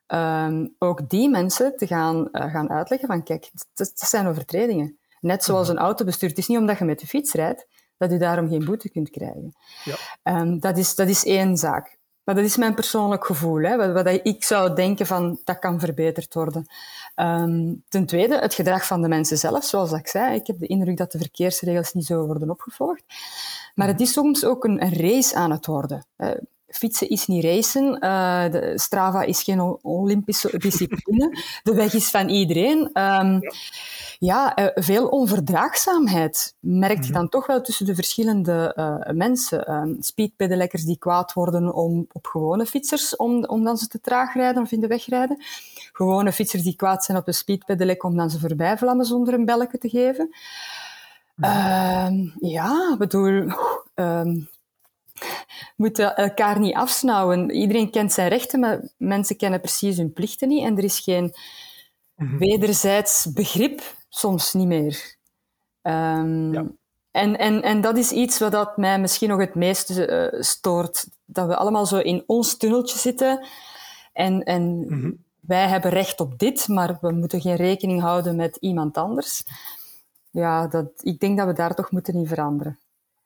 [SPEAKER 3] um, ook die mensen te gaan, uh, gaan uitleggen van kijk, dat, dat zijn overtredingen. Net zoals een autobestuur. Het is niet omdat je met de fiets rijdt dat je daarom geen boete kunt krijgen. Ja. Um, dat, is, dat is één zaak. Maar dat is mijn persoonlijk gevoel. Hè, wat, wat ik zou denken van, dat kan verbeterd worden. Um, ten tweede, het gedrag van de mensen zelf. Zoals ik zei, ik heb de indruk dat de verkeersregels niet zo worden opgevolgd. Maar het is soms ook een, een race aan het worden. Uh, fietsen is niet racen. Uh, de Strava is geen Olympische discipline. De weg is van iedereen. Um, ja. Ja, uh, veel onverdraagzaamheid merk je dan toch wel tussen de verschillende uh, mensen. Um, speedpedelekkers die kwaad worden om, op gewone fietsers, om, omdat ze te traag rijden of in de weg rijden. Gewone fietsers die kwaad zijn op de speedpedelec omdat ze voorbij vlammen zonder een belletje te geven. Ja, uh, ja bedoel... Uh, moeten elkaar niet afsnauwen. Iedereen kent zijn rechten, maar mensen kennen precies hun plichten niet. En er is geen mm-hmm. wederzijds begrip soms niet meer. Um, ja. en, en, en dat is iets wat dat mij misschien nog het meest uh, stoort. Dat we allemaal zo in ons tunneltje zitten. En, en mm-hmm. wij hebben recht op dit, maar we moeten geen rekening houden met iemand anders. Ja, dat, ik denk dat we daar toch moeten in veranderen.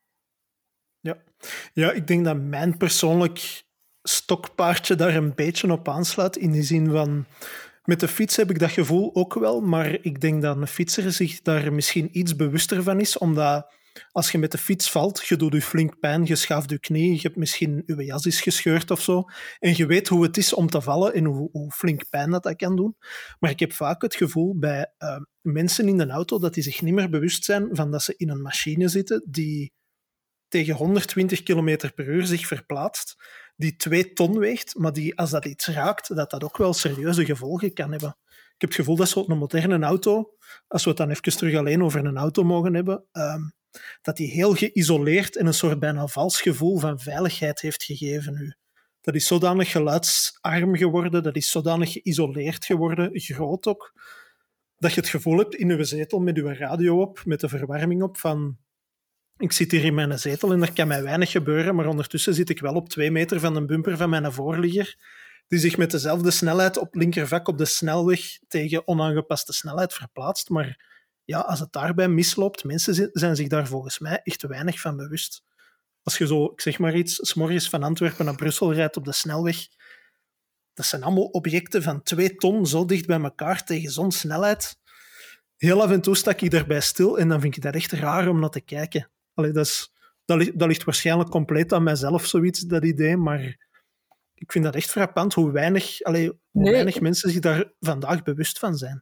[SPEAKER 1] Ja. ja, ik denk dat mijn persoonlijk stokpaardje daar een beetje op aansluit. In de zin van... Met de fiets heb ik dat gevoel ook wel, maar ik denk dat een fietser zich daar misschien iets bewuster van is, omdat als je met de fiets valt, je doet je flink pijn, je schaaft je knie, je hebt misschien je jas is gescheurd of zo, en je weet hoe het is om te vallen en hoe, hoe flink pijn dat dat kan doen. Maar ik heb vaak het gevoel bij uh, mensen in de auto dat die zich niet meer bewust zijn van dat ze in een machine zitten die tegen honderdtwintig kilometer per uur zich verplaatst, die twee ton weegt, maar die, als dat iets raakt, dat dat ook wel serieuze gevolgen kan hebben. Ik heb het gevoel dat zo'n moderne auto, als we het dan even terug alleen over een auto mogen hebben, um, dat die heel geïsoleerd en een soort bijna vals gevoel van veiligheid heeft gegeven nu. Dat is zodanig geluidsarm geworden, dat is zodanig geïsoleerd geworden, groot ook, dat je het gevoel hebt in je zetel met je radio op, met de verwarming op, van... Ik zit hier in mijn zetel en er kan mij weinig gebeuren, maar ondertussen zit ik wel op twee meter van de bumper van mijn voorligger, die zich met dezelfde snelheid op linkervak op de snelweg tegen onaangepaste snelheid verplaatst. Maar ja, als het daarbij misloopt, mensen zijn zich daar volgens mij echt weinig van bewust. Als je zo, ik zeg maar iets, 's morgens van Antwerpen naar Brussel rijdt op de snelweg, dat zijn allemaal objecten van twee ton zo dicht bij elkaar tegen zo'n snelheid. Heel af en toe stak ik daarbij stil en dan vind ik dat echt raar om naar te kijken. Allee, dat, is, dat, ligt, dat ligt waarschijnlijk compleet aan mijzelf, zoiets, dat idee, maar ik vind dat echt frappant hoe weinig, allee, hoe nee. weinig mensen zich daar vandaag bewust van zijn.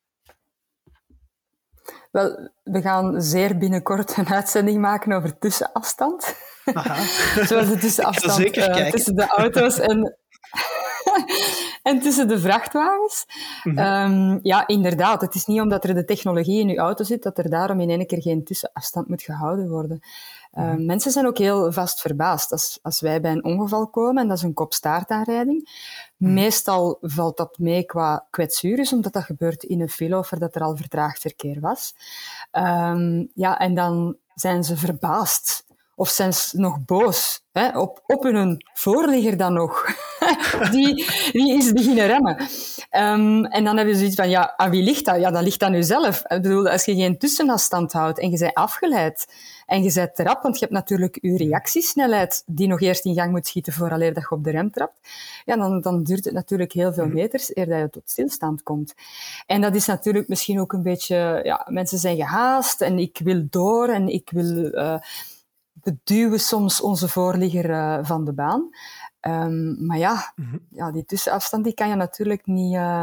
[SPEAKER 3] Wel, we gaan zeer binnenkort een uitzending maken over tussenafstand.
[SPEAKER 1] Aha.
[SPEAKER 3] Zoals de tussenafstand uh, tussen de auto's en... en tussen de vrachtwagens. Mm-hmm. Um, ja, inderdaad. Het is niet omdat er de technologie in je auto zit, dat er daarom in één keer geen tussenafstand moet gehouden worden. Uh, mm-hmm. Mensen zijn ook heel vast verbaasd. Als, als wij bij een ongeval komen, en dat is een kopstaartaanrijding, mm-hmm. meestal valt dat mee qua kwetsuren, omdat dat gebeurt in een file of er dat er al vertraagd verkeer was. Um, ja, en dan zijn ze verbaasd. Of zijn ze nog boos, hè? Op, op hun voorligger dan nog. die, die is beginnen remmen. Um, en dan hebben ze zoiets van, ja, aan wie ligt dat? Ja, dat ligt aan jezelf. Ik bedoel, als je geen tussenafstand houdt en je bent afgeleid en je bent te rap, want je hebt natuurlijk je reactiesnelheid die nog eerst in gang moet schieten vooraleer dat je op de rem trapt, ja, dan, dan duurt het natuurlijk heel veel meters eer dat je tot stilstand komt. En dat is natuurlijk misschien ook een beetje... Ja, mensen zijn gehaast en ik wil door en ik wil... Uh, We duwen soms onze voorligger uh, van de baan. Um, maar ja, mm-hmm. ja, die tussenafstand die kan je natuurlijk niet, uh,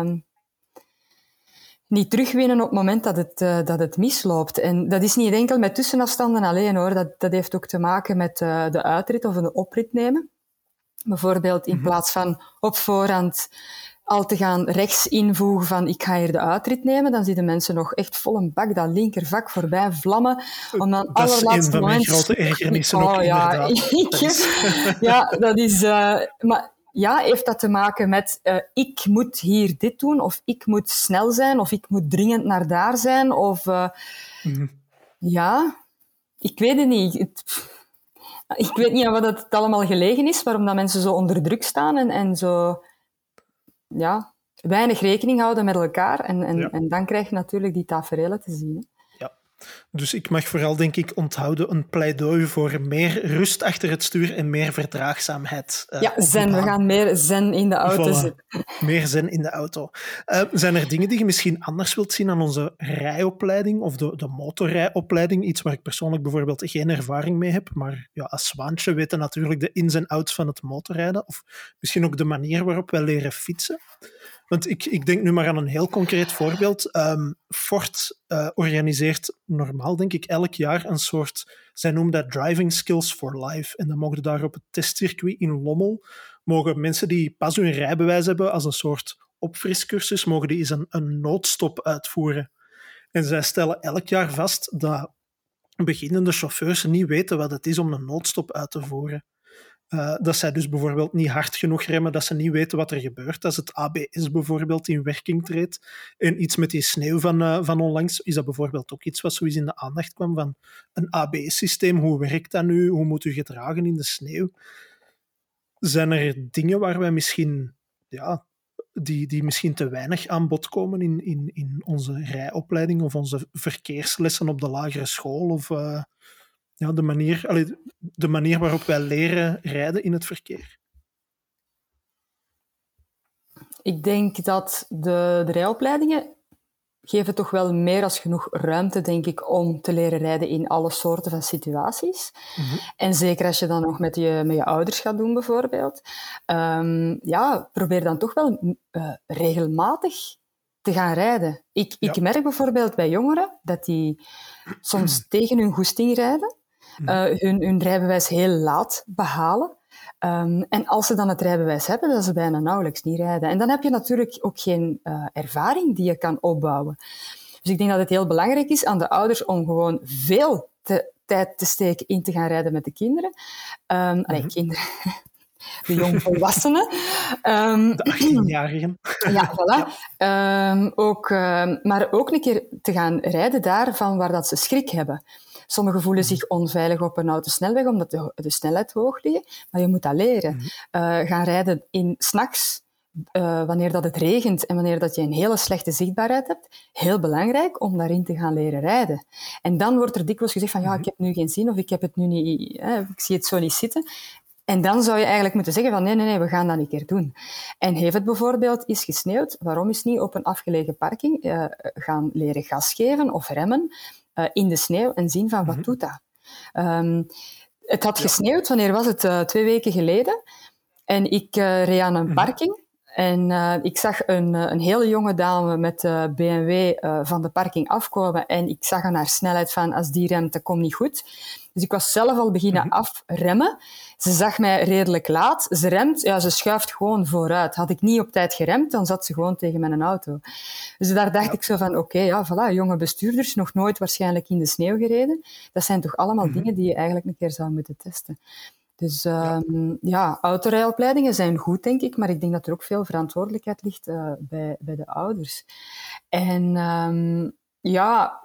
[SPEAKER 3] niet terugwinnen op het moment dat het, uh, dat het misloopt. En dat is niet enkel met tussenafstanden alleen, hoor. Dat, dat heeft ook te maken met uh, de uitrit of een oprit nemen. Bijvoorbeeld in mm-hmm. plaats van op voorhand al te gaan rechts invoegen van ik ga hier de uitrit nemen, dan zien de mensen nog echt vol een bak dat linkervak voorbij vlammen. Om dan
[SPEAKER 1] dat is een van
[SPEAKER 3] mijn
[SPEAKER 1] grote ergernissen
[SPEAKER 3] oh,
[SPEAKER 1] ook,
[SPEAKER 3] ja,
[SPEAKER 1] inderdaad.
[SPEAKER 3] Ik,
[SPEAKER 1] dat is...
[SPEAKER 3] ja, dat is... Uh, maar ja, heeft dat te maken met uh, ik moet hier dit doen, of ik moet snel zijn, of ik moet dringend naar daar zijn, of... Uh, mm-hmm. Ja, ik weet het niet. Het, ik weet niet aan wat het allemaal gelegen is, waarom dat mensen zo onder druk staan en, en zo... ja, weinig rekening houden met elkaar. En, en,
[SPEAKER 1] Ja.
[SPEAKER 3] en dan krijg je natuurlijk die taferelen te zien. Hè.
[SPEAKER 1] Dus ik mag vooral, denk ik, onthouden een pleidooi voor meer rust achter het stuur en meer verdraagzaamheid. Uh,
[SPEAKER 3] ja, zen. We gaan meer zen in de auto
[SPEAKER 1] voilà.
[SPEAKER 3] zitten.
[SPEAKER 1] Meer zen in de auto. Uh, zijn er dingen die je misschien anders wilt zien aan onze rijopleiding of de, de motorrijopleiding? Iets waar ik persoonlijk bijvoorbeeld geen ervaring mee heb. Maar ja, als Zwaantje weten natuurlijk de ins en outs van het motorrijden. Of misschien ook de manier waarop wij leren fietsen. Want ik, ik denk nu maar aan een heel concreet voorbeeld. Um, Ford uh, organiseert normaal, denk ik, elk jaar een soort... Zij noemen dat Driving Skills for Life. En dan mogen daar op het testcircuit in Lommel... mogen mensen die pas hun rijbewijs hebben als een soort opfriscursus, mogen die eens een, een noodstop uitvoeren. En zij stellen elk jaar vast dat beginnende chauffeurs niet weten wat het is om een noodstop uit te voeren. Uh, dat zij dus bijvoorbeeld niet hard genoeg remmen, dat ze niet weten wat er gebeurt als het A B S bijvoorbeeld in werking treedt. En iets met die sneeuw van, uh, van onlangs is dat bijvoorbeeld ook iets wat zoiets in de aandacht kwam van een A B S-systeem. Hoe werkt dat nu? Hoe moet u gedragen in de sneeuw? Zijn er dingen waar wij misschien, ja, die, die misschien te weinig aan bod komen in, in, in onze rijopleiding of onze verkeerslessen op de lagere school of... Uh, Ja, de manier, allee, de manier waarop wij leren rijden in het verkeer?
[SPEAKER 3] Ik denk dat de, de rijopleidingen geven toch wel meer als genoeg ruimte, denk ik, om te leren rijden in alle soorten van situaties. Mm-hmm. En zeker als je dan nog met je, met je ouders gaat doen, bijvoorbeeld. Um, ja, probeer dan toch wel uh, regelmatig te gaan rijden. Ik, ja. ik merk bijvoorbeeld bij jongeren dat die soms tegen hun goesting rijden. Uh, hun, hun rijbewijs heel laat behalen. Um, en als ze dan het rijbewijs hebben, dat ze bijna nauwelijks niet rijden. En dan heb je natuurlijk ook geen uh, ervaring die je kan opbouwen. Dus ik denk dat het heel belangrijk is aan de ouders om gewoon veel te, tijd te steken in te gaan rijden met de kinderen. Um, mm-hmm. Allee, kinderen... De jongvolwassenen. Um,
[SPEAKER 1] de achttienjarigen.
[SPEAKER 3] Ja, voilà. Ja. Um, ook, um, maar ook een keer te gaan rijden daar van waar dat ze schrik hebben. Sommigen voelen zich onveilig op een autosnelweg omdat de, de snelheid hoog ligt, maar je moet dat leren. Mm-hmm. Uh, gaan rijden in 's nachts, uh, wanneer dat het regent en wanneer dat je een hele slechte zichtbaarheid hebt, heel belangrijk om daarin te gaan leren rijden. En dan wordt er dikwijls gezegd van ja, ik heb nu geen zin of ik heb het nu niet, eh, ik zie het zo niet zitten. En dan zou je eigenlijk moeten zeggen van nee, nee, nee, we gaan dat een keer doen. En heeft het bijvoorbeeld is gesneeuwd, waarom is niet op een afgelegen parking uh, gaan leren gas geven of remmen uh, in de sneeuw en zien van wat mm-hmm. doet dat? Um, het had ja. gesneeuwd, wanneer was het? Uh, twee weken geleden. En ik uh, reed aan een mm-hmm. parking en uh, ik zag een, een hele jonge dame met de B M W uh, van de parking afkomen en ik zag aan haar snelheid van als die remt, dat komt niet goed. Dus ik was zelf al beginnen mm-hmm. afremmen. Ze zag mij redelijk laat. Ze remt, ja, ze schuift gewoon vooruit. Had ik niet op tijd geremd, dan zat ze gewoon tegen mijn auto. Dus daar dacht ja. ik zo van, oké, okay, ja, voilà, jonge bestuurders, nog nooit waarschijnlijk in de sneeuw gereden. Dat zijn toch allemaal mm-hmm. dingen die je eigenlijk een keer zou moeten testen. Dus um, ja, ja autorijopleidingen zijn goed, denk ik, maar ik denk dat er ook veel verantwoordelijkheid ligt uh, bij, bij de ouders. En um, ja...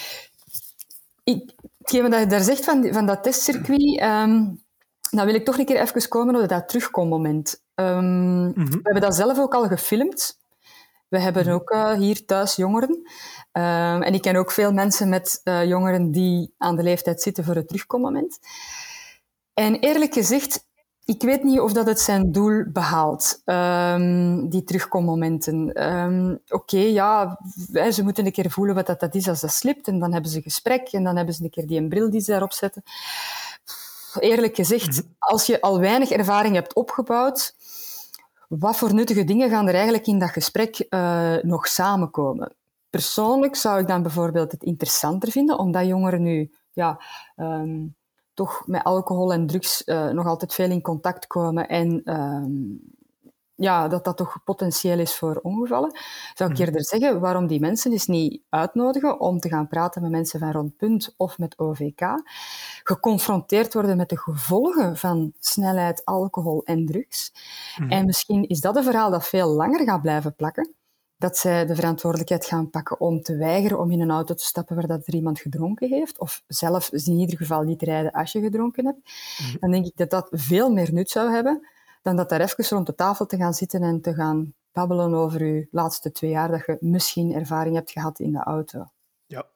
[SPEAKER 3] Ik, hetgeen wat je daar zegt van, van dat testcircuit, um, dan wil ik toch een keer even komen op dat terugkommoment. Um, mm-hmm. We hebben dat zelf ook al gefilmd. We hebben ook uh, hier thuis jongeren. Um, en ik ken ook veel mensen met uh, jongeren die aan de leeftijd zitten voor het terugkommoment. En eerlijk gezegd, ik weet niet of dat het zijn doel behaalt, um, die terugkommomenten. Um, Oké, okay, ja, ze moeten een keer voelen wat dat, dat is als dat slipt. En dan hebben ze gesprek en dan hebben ze een keer die een bril die ze daarop zetten. Eerlijk gezegd, als je al weinig ervaring hebt opgebouwd, wat voor nuttige dingen gaan er eigenlijk in dat gesprek uh, nog samenkomen? Persoonlijk zou ik dan bijvoorbeeld het interessanter vinden, omdat jongeren nu... ja. Um, toch met alcohol en drugs uh, nog altijd veel in contact komen en um, ja, dat dat toch potentieel is voor ongevallen, zou ik eerder zeggen, waarom die mensen dus niet uitnodigen om te gaan praten met mensen van Rondpunt of met O V K, geconfronteerd worden met de gevolgen van snelheid, alcohol en drugs. Mm. En misschien is dat een verhaal dat veel langer gaat blijven plakken, dat zij de verantwoordelijkheid gaan pakken om te weigeren om in een auto te stappen waar dat er iemand gedronken heeft, of zelf in ieder geval niet rijden als je gedronken hebt, dan denk ik dat dat veel meer nut zou hebben dan dat daar even rond de tafel te gaan zitten en te gaan babbelen over je laatste twee jaar dat je misschien ervaring hebt gehad in de auto.
[SPEAKER 1] Ja.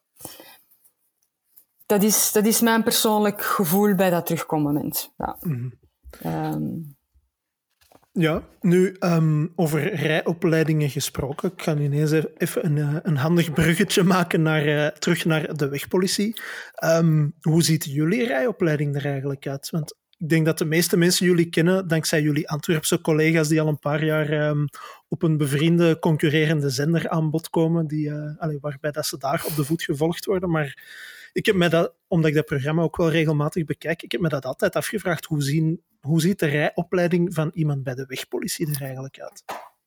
[SPEAKER 3] Dat is, dat is mijn persoonlijk gevoel bij dat terugkommoment. Ja.
[SPEAKER 1] Mm-hmm.
[SPEAKER 3] Um,
[SPEAKER 1] Ja, nu um, over rijopleidingen gesproken. Ik ga ineens even een, een handig bruggetje maken naar, uh, terug naar de wegpolitie. Um, hoe ziet jullie rijopleiding er eigenlijk uit? Want ik denk dat de meeste mensen jullie kennen dankzij jullie Antwerpse collega's die al een paar jaar um, op een bevriende concurrerende zender aan bod komen, die, uh, allee, waarbij dat ze daar op de voet gevolgd worden. Maar ik heb me dat, omdat ik dat programma ook wel regelmatig bekijk, ik heb me dat altijd afgevraagd, hoe, zien, hoe ziet de rijopleiding van iemand bij de wegpolitie er eigenlijk uit?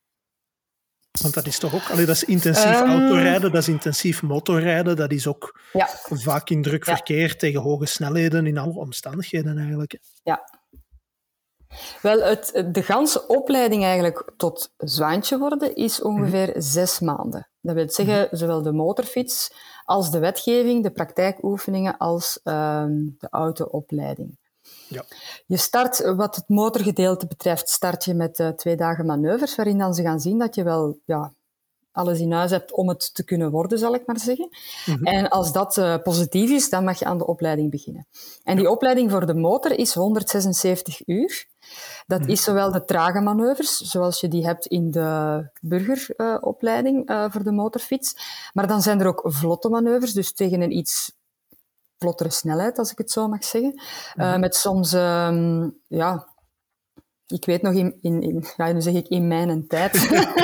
[SPEAKER 1] Want dat is toch ook... Allee, dat is intensief um, autorijden, dat is intensief motorrijden, dat is ook
[SPEAKER 3] ja.
[SPEAKER 1] vaak in druk
[SPEAKER 3] ja.
[SPEAKER 1] verkeer tegen hoge snelheden, in alle omstandigheden eigenlijk.
[SPEAKER 3] Ja. Wel, het, de ganse opleiding eigenlijk tot zwaantje worden is ongeveer mm-hmm. zes maanden. Dat wil zeggen, mm-hmm. zowel de motorfiets als de wetgeving, de praktijkoefeningen als um, de autoopleiding.
[SPEAKER 1] Ja.
[SPEAKER 3] Je start, wat het motorgedeelte betreft, start je met uh, twee dagen manoeuvres, waarin dan ze gaan zien dat je wel ja, alles in huis hebt om het te kunnen worden, zal ik maar zeggen. Mm-hmm. En als dat uh, positief is, dan mag je aan de opleiding beginnen. En die opleiding voor de motor is honderdzesenzeventig uur. Dat mm-hmm. is zowel de trage manoeuvres, zoals je die hebt in de burgeropleiding uh, uh, voor de motorfiets. Maar dan zijn er ook vlotte manoeuvres, dus tegen een iets vlottere snelheid, als ik het zo mag zeggen. Mm-hmm. Uh, met soms, um, ja... Ik weet nog, in, in, in, ja, nu zeg ik in mijn tijd,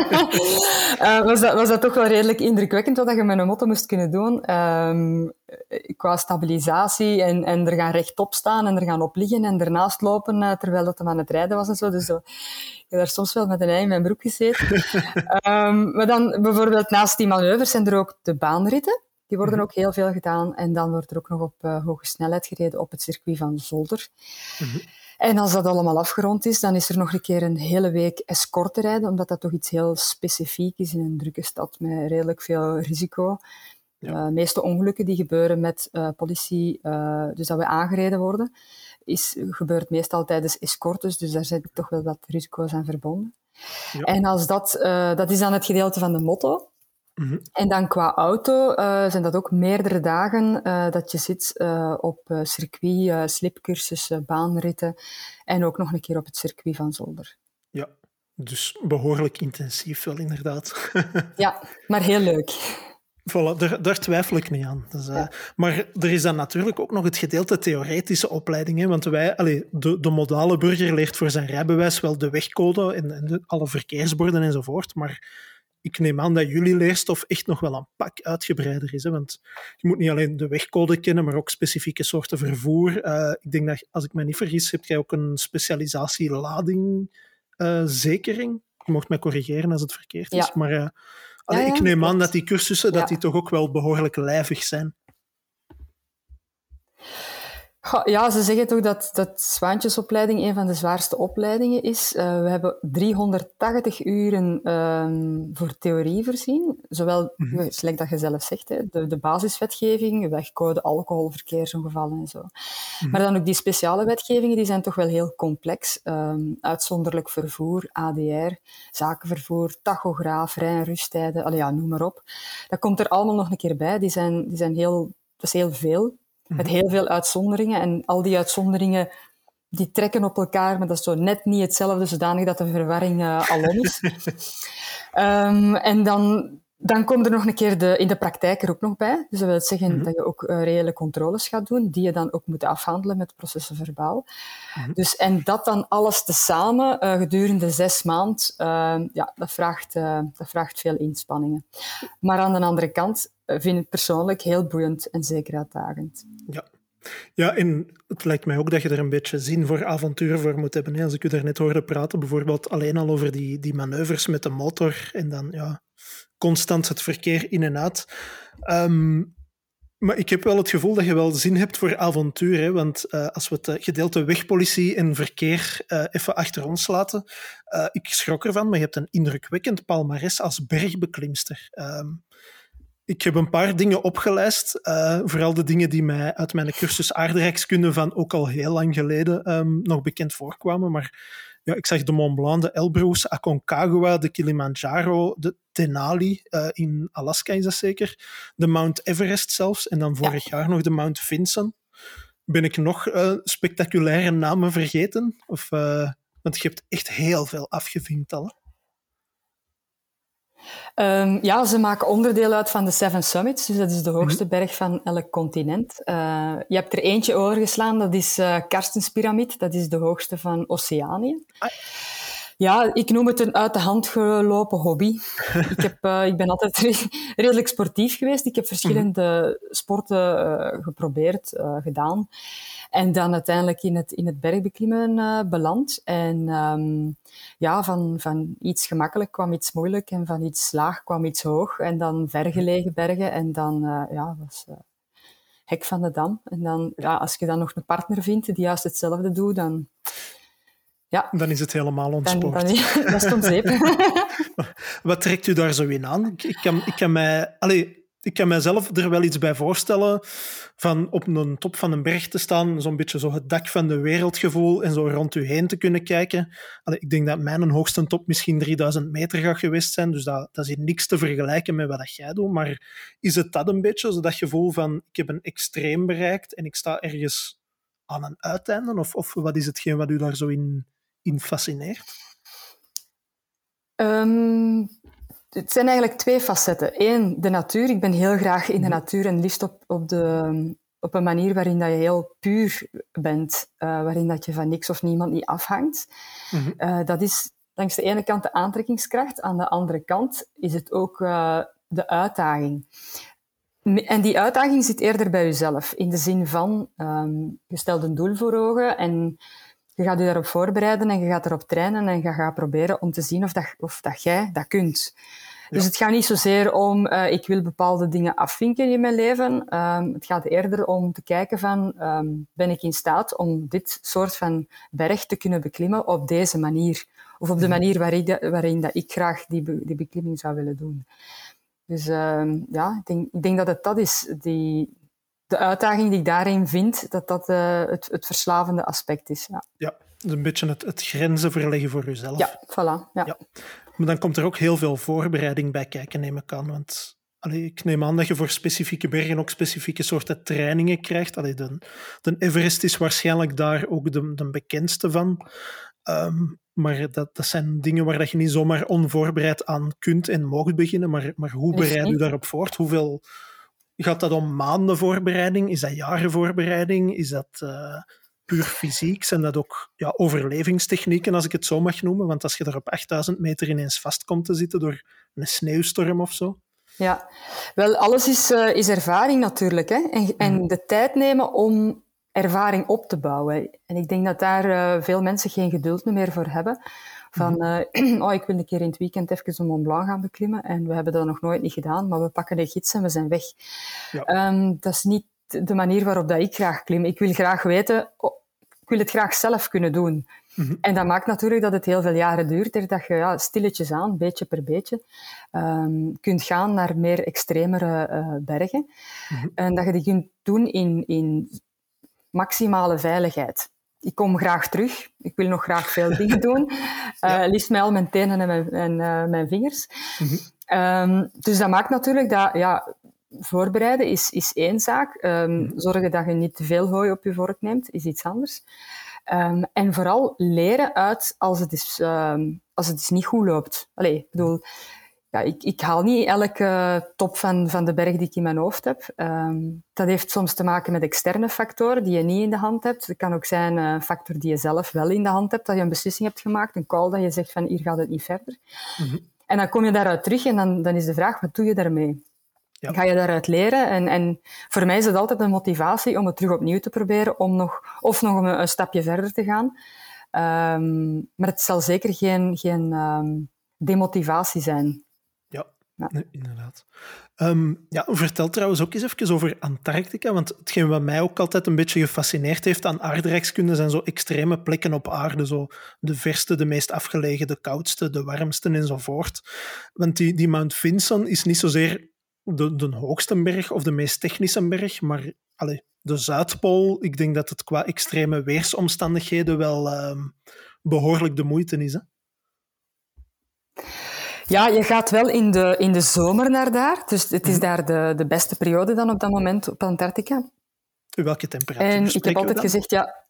[SPEAKER 3] uh, was, dat, was dat toch wel redelijk indrukwekkend wat je met een motor moest kunnen doen. Um, qua stabilisatie en, en er gaan rechtop staan en er gaan op liggen en ernaast lopen uh, terwijl dat hem aan het rijden was en zo. Dus zo, ik heb daar soms wel met een ei in mijn broek gezeten. um, maar dan bijvoorbeeld naast die manoeuvres zijn er ook de baanritten. Die worden ook heel veel gedaan. En dan wordt er ook nog op uh, hoge snelheid gereden op het circuit van Zolder. Mm-hmm. En als dat allemaal afgerond is, dan is er nog een keer een hele week escorte rijden, omdat dat toch iets heel specifiek is in een drukke stad met redelijk veel risico. Ja. Uh, de meeste ongelukken die gebeuren met uh, politie, uh, dus dat we aangereden worden, is, gebeurt meestal tijdens escortes, dus daar zijn toch wel wat risico's aan verbonden. Ja. En als dat, uh, dat is dan het gedeelte van de motto. Mm-hmm. En dan qua auto uh, zijn dat ook meerdere dagen uh, dat je zit uh, op uh, circuit, uh, slipcursussen, baanritten en ook nog een keer op het circuit van Zolder.
[SPEAKER 1] Ja, dus behoorlijk intensief wel inderdaad.
[SPEAKER 3] Ja, maar heel leuk.
[SPEAKER 1] Voilà, daar, daar twijfel ik niet aan. Dus, uh, ja. Maar er is dan natuurlijk ook nog het gedeelte theoretische opleiding. Hè, want wij, allee, de, de modale burger leert voor zijn rijbewijs wel de wegcode en, en de, alle verkeersborden enzovoort, maar ik neem aan dat jullie leerstof echt nog wel een pak uitgebreider is. Hè? Want je moet niet alleen de wegcode kennen, maar ook specifieke soorten vervoer. Uh, ik denk dat, als ik me niet vergis, heb jij ook een specialisatie ladingzekering. Uh, je mocht mij corrigeren als het verkeerd is. Ja. Maar uh, allee, ja, ja, ik neem aan dat die cursussen ja. dat die toch ook wel behoorlijk lijvig zijn.
[SPEAKER 3] Ja, ze zeggen toch dat, dat zwaantjesopleiding een van de zwaarste opleidingen is. Uh, we hebben driehonderdtachtig uren um, voor theorie voorzien. Zowel, mm-hmm. zoals dat je zelf zegt, hè, de, de basiswetgeving, wegcode, alcohol, verkeersongevallen en zo. Mm-hmm. Maar dan ook die speciale wetgevingen, die zijn toch wel heel complex. Um, uitzonderlijk vervoer, A D R, zakenvervoer, tachograaf, rij- en rusttijden, allee, ja, noem maar op. Dat komt er allemaal nog een keer bij. Die zijn, die zijn heel, dat is heel veel. Met heel veel uitzonderingen. En al die uitzonderingen die trekken op elkaar, maar dat is zo net niet hetzelfde, zodanig dat de verwarring uh, alom is. um, en dan, dan komt er nog een keer de, in de praktijk er ook nog bij. Dus dat wil zeggen mm-hmm. dat je ook uh, reële controles gaat doen, die je dan ook moet afhandelen met processen verbaal. Mm-hmm. Dus, en dat dan alles tezamen uh, gedurende zes maanden, uh, ja, dat vraagt, uh, dat vraagt veel inspanningen. Maar aan de andere kant vind ik het persoonlijk heel boeiend en zeker uitdagend.
[SPEAKER 1] Ja. Ja, en het lijkt mij ook dat je er een beetje zin voor avontuur voor moet hebben. Hè. Als ik u daarnet hoorde praten, bijvoorbeeld alleen al over die, die manoeuvres met de motor en dan ja, constant het verkeer in en uit. Um, maar ik heb wel het gevoel dat je wel zin hebt voor avontuur. Hè, want uh, als we het gedeelte wegpolitie en verkeer uh, even achter ons laten, uh, ik schrok ervan, maar je hebt een indrukwekkend palmares als bergbeklimster. Um, Ik heb een paar dingen opgelijst, uh, vooral de dingen die mij uit mijn cursus aardrijkskunde van ook al heel lang geleden um, nog bekend voorkwamen. Maar ja, ik zag de Mont Blanc, de Elbrus, Aconcagua, de Kilimanjaro, de Denali, uh, in Alaska is dat zeker, de Mount Everest zelfs, en dan vorig ja. jaar nog de Mount Vinson. Ben ik nog uh, spectaculaire namen vergeten? Of, uh, want je hebt echt heel veel afgevinkt al.
[SPEAKER 3] Um, ja, ze maken onderdeel uit van de Seven Summits, dus dat is de hoogste mm-hmm. berg van elk continent. Uh, je hebt er eentje overgeslaan, dat is uh, Karstenspyramid, dat is de hoogste van Oceanië. Ah. Ja, ik noem het een uit de hand gelopen hobby. ik, heb, uh, ik ben altijd re- redelijk sportief geweest. Ik heb verschillende mm-hmm. sporten uh, geprobeerd, uh, gedaan. En dan uiteindelijk in het, in het bergbeklimmen uh, beland. En um, ja, van, van iets gemakkelijk kwam iets moeilijk en van iets laag kwam iets hoog. En dan vergelegen bergen en dan, uh, ja, was uh, hek van de dam. En dan, ja, als je dan nog een partner vindt die juist hetzelfde doet, dan... Ja.
[SPEAKER 1] Dan is het helemaal ontspoord.
[SPEAKER 3] Dan, dan, dat is het onzeep.
[SPEAKER 1] Wat trekt u daar zo in aan? Ik, ik, kan, ik, kan mij, allez, ik kan mijzelf er wel iets bij voorstellen van op een top van een berg te staan, zo'n beetje zo het dak van de wereldgevoel en zo rond u heen te kunnen kijken. Allee, ik denk dat mijn hoogste top misschien drieduizend meter gaat geweest zijn, dus dat, dat is hier niks te vergelijken met wat jij doet. Maar is het dat een beetje, zo dat gevoel van ik heb een extreem bereikt en ik sta ergens aan een uiteinde? Of, of wat is hetgeen wat u daar zo in... in fascineert?
[SPEAKER 3] Um, het zijn eigenlijk twee facetten. Eén, de natuur. Ik ben heel graag in de natuur en liefst op, op, de, op een manier waarin dat je heel puur bent. Uh, waarin dat je van niks of niemand niet afhangt. Mm-hmm. Uh, dat is langs de ene kant de aantrekkingskracht. Aan de andere kant is het ook uh, de uitdaging. En die uitdaging zit eerder bij jezelf. In de zin van, um, je stelt een doel voor ogen en je gaat je daarop voorbereiden en je gaat erop trainen en je gaat proberen om te zien of dat, of dat jij dat kunt. Ja. Dus het gaat niet zozeer om, uh, ik wil bepaalde dingen afvinken in mijn leven. Um, het gaat eerder om te kijken van, um, ben ik in staat om dit soort van berg te kunnen beklimmen op deze manier? Of op de manier waarin, de, waarin dat ik graag die, be, die beklimming zou willen doen. Dus um, ja, ik denk, ik denk dat het dat is, die... De uitdaging die ik daarin vind, dat dat uh, het, het verslavende aspect is. Ja,
[SPEAKER 1] ja, dus een beetje het, het grenzen verleggen voor jezelf.
[SPEAKER 3] Ja, voilà. Ja.
[SPEAKER 1] Ja. Maar dan komt er ook heel veel voorbereiding bij kijken, neem ik aan. Want allee, ik neem aan dat je voor specifieke bergen ook specifieke soorten trainingen krijgt. Allee, de, de Everest is waarschijnlijk daar ook de, de bekendste van. Um, maar dat, dat zijn dingen waar dat je niet zomaar onvoorbereid aan kunt en mag beginnen. Maar, maar hoe bereid je daarop voort? Hoeveel... Gaat dat om maanden voorbereiding? Is dat jaren voorbereiding? Is dat uh, puur fysiek? Zijn dat ook ja, overlevingstechnieken, als ik het zo mag noemen? Want als je daar op achtduizend meter ineens vast komt te zitten door een sneeuwstorm of zo.
[SPEAKER 3] Ja, wel, alles is, uh, is ervaring natuurlijk. Hè? En, en mm. de tijd nemen om ervaring op te bouwen. En ik denk dat daar uh, veel mensen geen geduld meer voor hebben. Van, uh, oh, ik wil een keer in het weekend even de Mont Blanc gaan beklimmen. En we hebben dat nog nooit niet gedaan, maar we pakken de gids en we zijn weg. Ja. Um, dat is niet de manier waarop dat ik graag klim. Ik wil graag weten, oh, ik wil het graag zelf kunnen doen. Mm-hmm. En dat maakt natuurlijk dat het heel veel jaren duurt, dat je ja, stilletjes aan, beetje per beetje, um, kunt gaan naar meer extremere uh, bergen. Mm-hmm. En dat je die kunt doen in, in maximale veiligheid. Ik kom graag terug. Ik wil nog graag veel dingen doen. Ja. Uh, liefst met al mijn tenen en mijn, en, uh, mijn vingers. Mm-hmm. Um, dus dat maakt natuurlijk dat... Ja, voorbereiden is, is één zaak. Um, mm-hmm. Zorgen dat je niet te veel hooi op je vork neemt, is iets anders. Um, en vooral leren uit als het, is, um, als het is niet goed loopt. Allee, ik bedoel... Ja, ik, ik haal niet elke top van, van de berg die ik in mijn hoofd heb. Um, dat heeft soms te maken met externe factoren die je niet in de hand hebt. Het kan ook zijn een factor die je zelf wel in de hand hebt, dat je een beslissing hebt gemaakt, een call dat je zegt van hier gaat het niet verder. Mm-hmm. En dan kom je daaruit terug en dan, dan is de vraag, wat doe je daarmee? Ja. Ga je daaruit leren? En, en voor mij is het altijd een motivatie om het terug opnieuw te proberen, om nog, of nog een, een stapje verder te gaan. Um, maar het zal zeker geen, geen um, demotivatie zijn.
[SPEAKER 1] Ja, nee, inderdaad. Um, ja, vertel trouwens ook eens even over Antarctica, want hetgeen wat mij ook altijd een beetje gefascineerd heeft aan aardrijkskunde zijn zo extreme plekken op aarde, zo de verste, de meest afgelegen, de koudste, de warmste enzovoort. Want die, die Mount Vinson is niet zozeer de, de hoogste berg of de meest technische berg, maar allez, de Zuidpool, ik denk dat het qua extreme weersomstandigheden wel... Um, behoorlijk de moeite is. Hè?
[SPEAKER 3] Ja, je gaat wel in de, in de zomer naar daar. Dus het is daar de, de beste periode dan op dat moment op Antarctica.
[SPEAKER 1] Welke temperatuur
[SPEAKER 3] En ik
[SPEAKER 1] spreken
[SPEAKER 3] heb
[SPEAKER 1] we
[SPEAKER 3] altijd
[SPEAKER 1] dan?
[SPEAKER 3] gezegd, ja...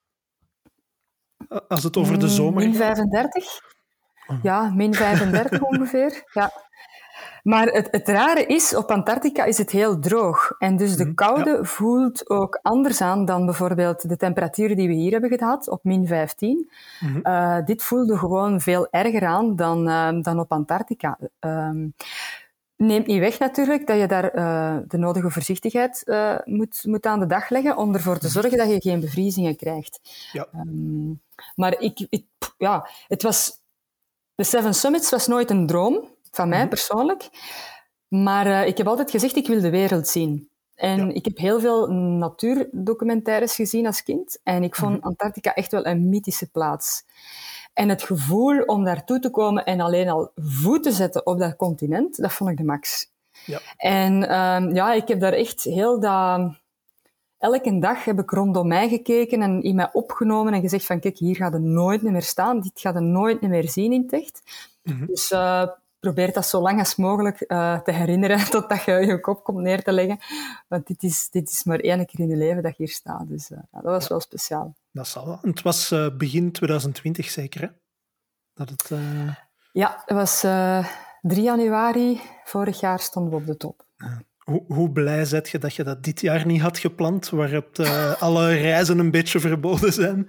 [SPEAKER 1] Als het over de zomer
[SPEAKER 3] Min
[SPEAKER 1] gaat?
[SPEAKER 3] vijfendertig. Ja, min vijfendertig ongeveer. Ja. Maar het, het rare is, op Antarctica is het heel droog. En dus de koude
[SPEAKER 1] ja.
[SPEAKER 3] voelt ook anders aan dan bijvoorbeeld de temperaturen die we hier hebben gehad, op min vijftien.
[SPEAKER 1] Mm-hmm.
[SPEAKER 3] Uh, dit voelde gewoon veel erger aan dan, uh, dan op Antarctica. Um, neemt niet weg natuurlijk dat je daar uh, de nodige voorzichtigheid uh, moet, moet aan de dag leggen om ervoor te zorgen dat je geen bevriezingen krijgt.
[SPEAKER 1] Ja.
[SPEAKER 3] Um, maar ik, ik, ja, het was... De Seven Summits was nooit een droom, van mij persoonlijk. Maar uh, ik heb altijd gezegd, ik wil de wereld zien. En ja. ik heb heel veel natuurdocumentaires gezien als kind. En ik vond Antarctica echt wel een mythische plaats. En het gevoel om daartoe te komen en alleen al voet te zetten op dat continent, dat vond ik de max.
[SPEAKER 1] Ja.
[SPEAKER 3] En uh, ja, ik heb daar echt heel dat... Elke dag heb ik rondom mij gekeken en in mij opgenomen en gezegd van kijk, hier gaat het nooit meer staan. Dit gaat het nooit meer zien in het echt. Mm-hmm. Dus uh, probeer dat zo lang als mogelijk uh, te herinneren totdat je je kop komt neer te leggen. Want dit is, dit is maar één keer in je leven dat je hier staat. Dus uh, ja, dat was ja. wel speciaal.
[SPEAKER 1] Dat zal wel. Het was uh, begin twintig twintig zeker, hè? Dat het, uh...
[SPEAKER 3] Ja, het was uh, drie januari vorig jaar stonden we op de top.
[SPEAKER 1] Ja. Hoe, hoe blij zet je dat je dat dit jaar niet had gepland, waarop uh, alle reizen een beetje verboden zijn?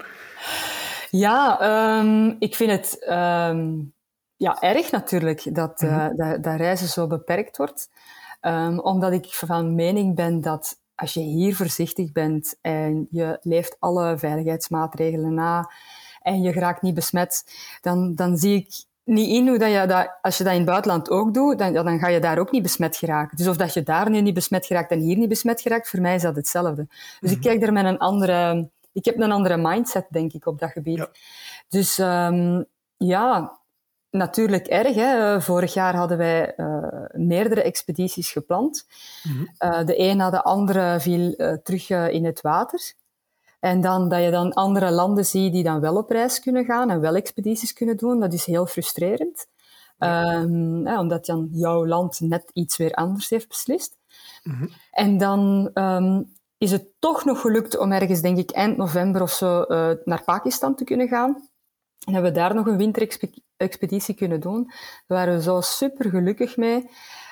[SPEAKER 3] Ja, um, ik vind het um, ja, erg natuurlijk dat, uh, mm-hmm. dat, dat reizen zo beperkt wordt. Um, omdat ik van mening ben dat als je hier voorzichtig bent en je leeft alle veiligheidsmaatregelen na en je raakt niet besmet, dan, dan zie ik niet in hoe dat je dat, als je dat in het buitenland ook doet, dan, dan ga je daar ook niet besmet geraken. Dus of dat je daar nu niet besmet geraakt en hier niet besmet geraakt, voor mij is dat hetzelfde. Dus mm-hmm. ik kijk er met een andere... Ik heb een andere mindset, denk ik, op dat gebied. Ja. Dus um, ja, natuurlijk erg. Hè. Vorig jaar hadden wij uh, meerdere expedities gepland. Mm-hmm. Uh, de een na de andere viel uh, terug uh, in het water. En dan dat je dan andere landen ziet die dan wel op reis kunnen gaan en wel expedities kunnen doen, dat is heel frustrerend. Ja. Um, ja, omdat dan jouw land net iets weer anders heeft beslist. Mm-hmm. En dan um, is het toch nog gelukt om ergens, denk ik, eind november of zo uh, naar Pakistan te kunnen gaan. En hebben we daar nog een winterexpeditie kunnen doen. Daar waren we zo super gelukkig mee.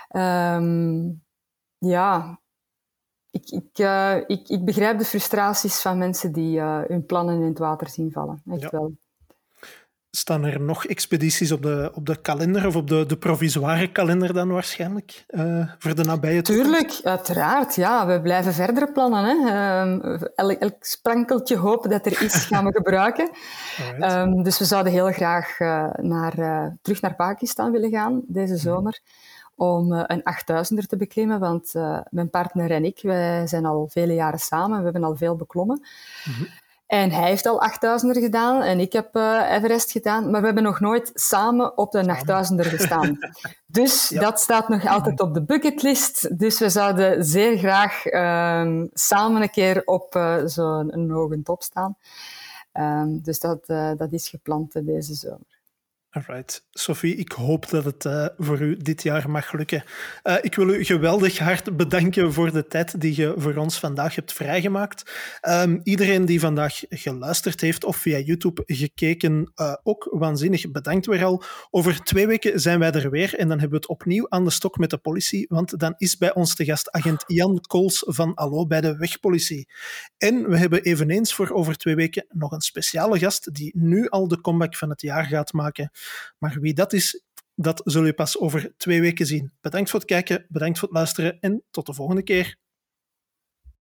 [SPEAKER 3] Um, ja... Ik, ik, uh, ik, ik begrijp de frustraties van mensen die uh, hun plannen in het water zien vallen. Echt ja. wel.
[SPEAKER 1] Staan er nog expedities op de, op de kalender of op de, de provisoire kalender dan waarschijnlijk uh, voor de nabije toekomst?
[SPEAKER 3] Tuurlijk, uiteraard. Ja, we blijven verder plannen. Hè. Um, elk, elk sprankeltje hoop dat er is, gaan we gebruiken. Um, dus we zouden heel graag uh, naar, uh, terug naar Pakistan willen gaan deze zomer. Mm. Om uh, een achtduizender te beklimmen, want uh, mijn partner en ik, wij zijn al vele jaren samen, we hebben al veel beklommen. Mm-hmm. En hij heeft al achtduizender gedaan en ik heb uh, Everest gedaan, maar we hebben nog nooit samen op de achtduizender gestaan. Dus ja. dat staat nog altijd op de bucketlist. Dus we zouden zeer graag uh, samen een keer op uh, zo'n hoge top staan. Um, dus dat, uh, dat is gepland deze zomer.
[SPEAKER 1] Alright. Sophie, ik hoop dat het uh, voor u dit jaar mag lukken. Uh, ik wil u geweldig hard bedanken voor de tijd die je voor ons vandaag hebt vrijgemaakt. Um, iedereen die vandaag geluisterd heeft of via YouTube gekeken, uh, ook waanzinnig bedankt weer al. Over twee weken zijn wij er weer en dan hebben we het opnieuw aan de stok met de politie, want dan is bij ons te gast agent Jan Kools van Allo bij de Wegpolitie. En we hebben eveneens voor over twee weken nog een speciale gast die nu al de comeback van het jaar gaat maken. Maar wie dat is, dat zul je pas over twee weken zien. Bedankt voor het kijken, bedankt voor het luisteren en tot de volgende keer.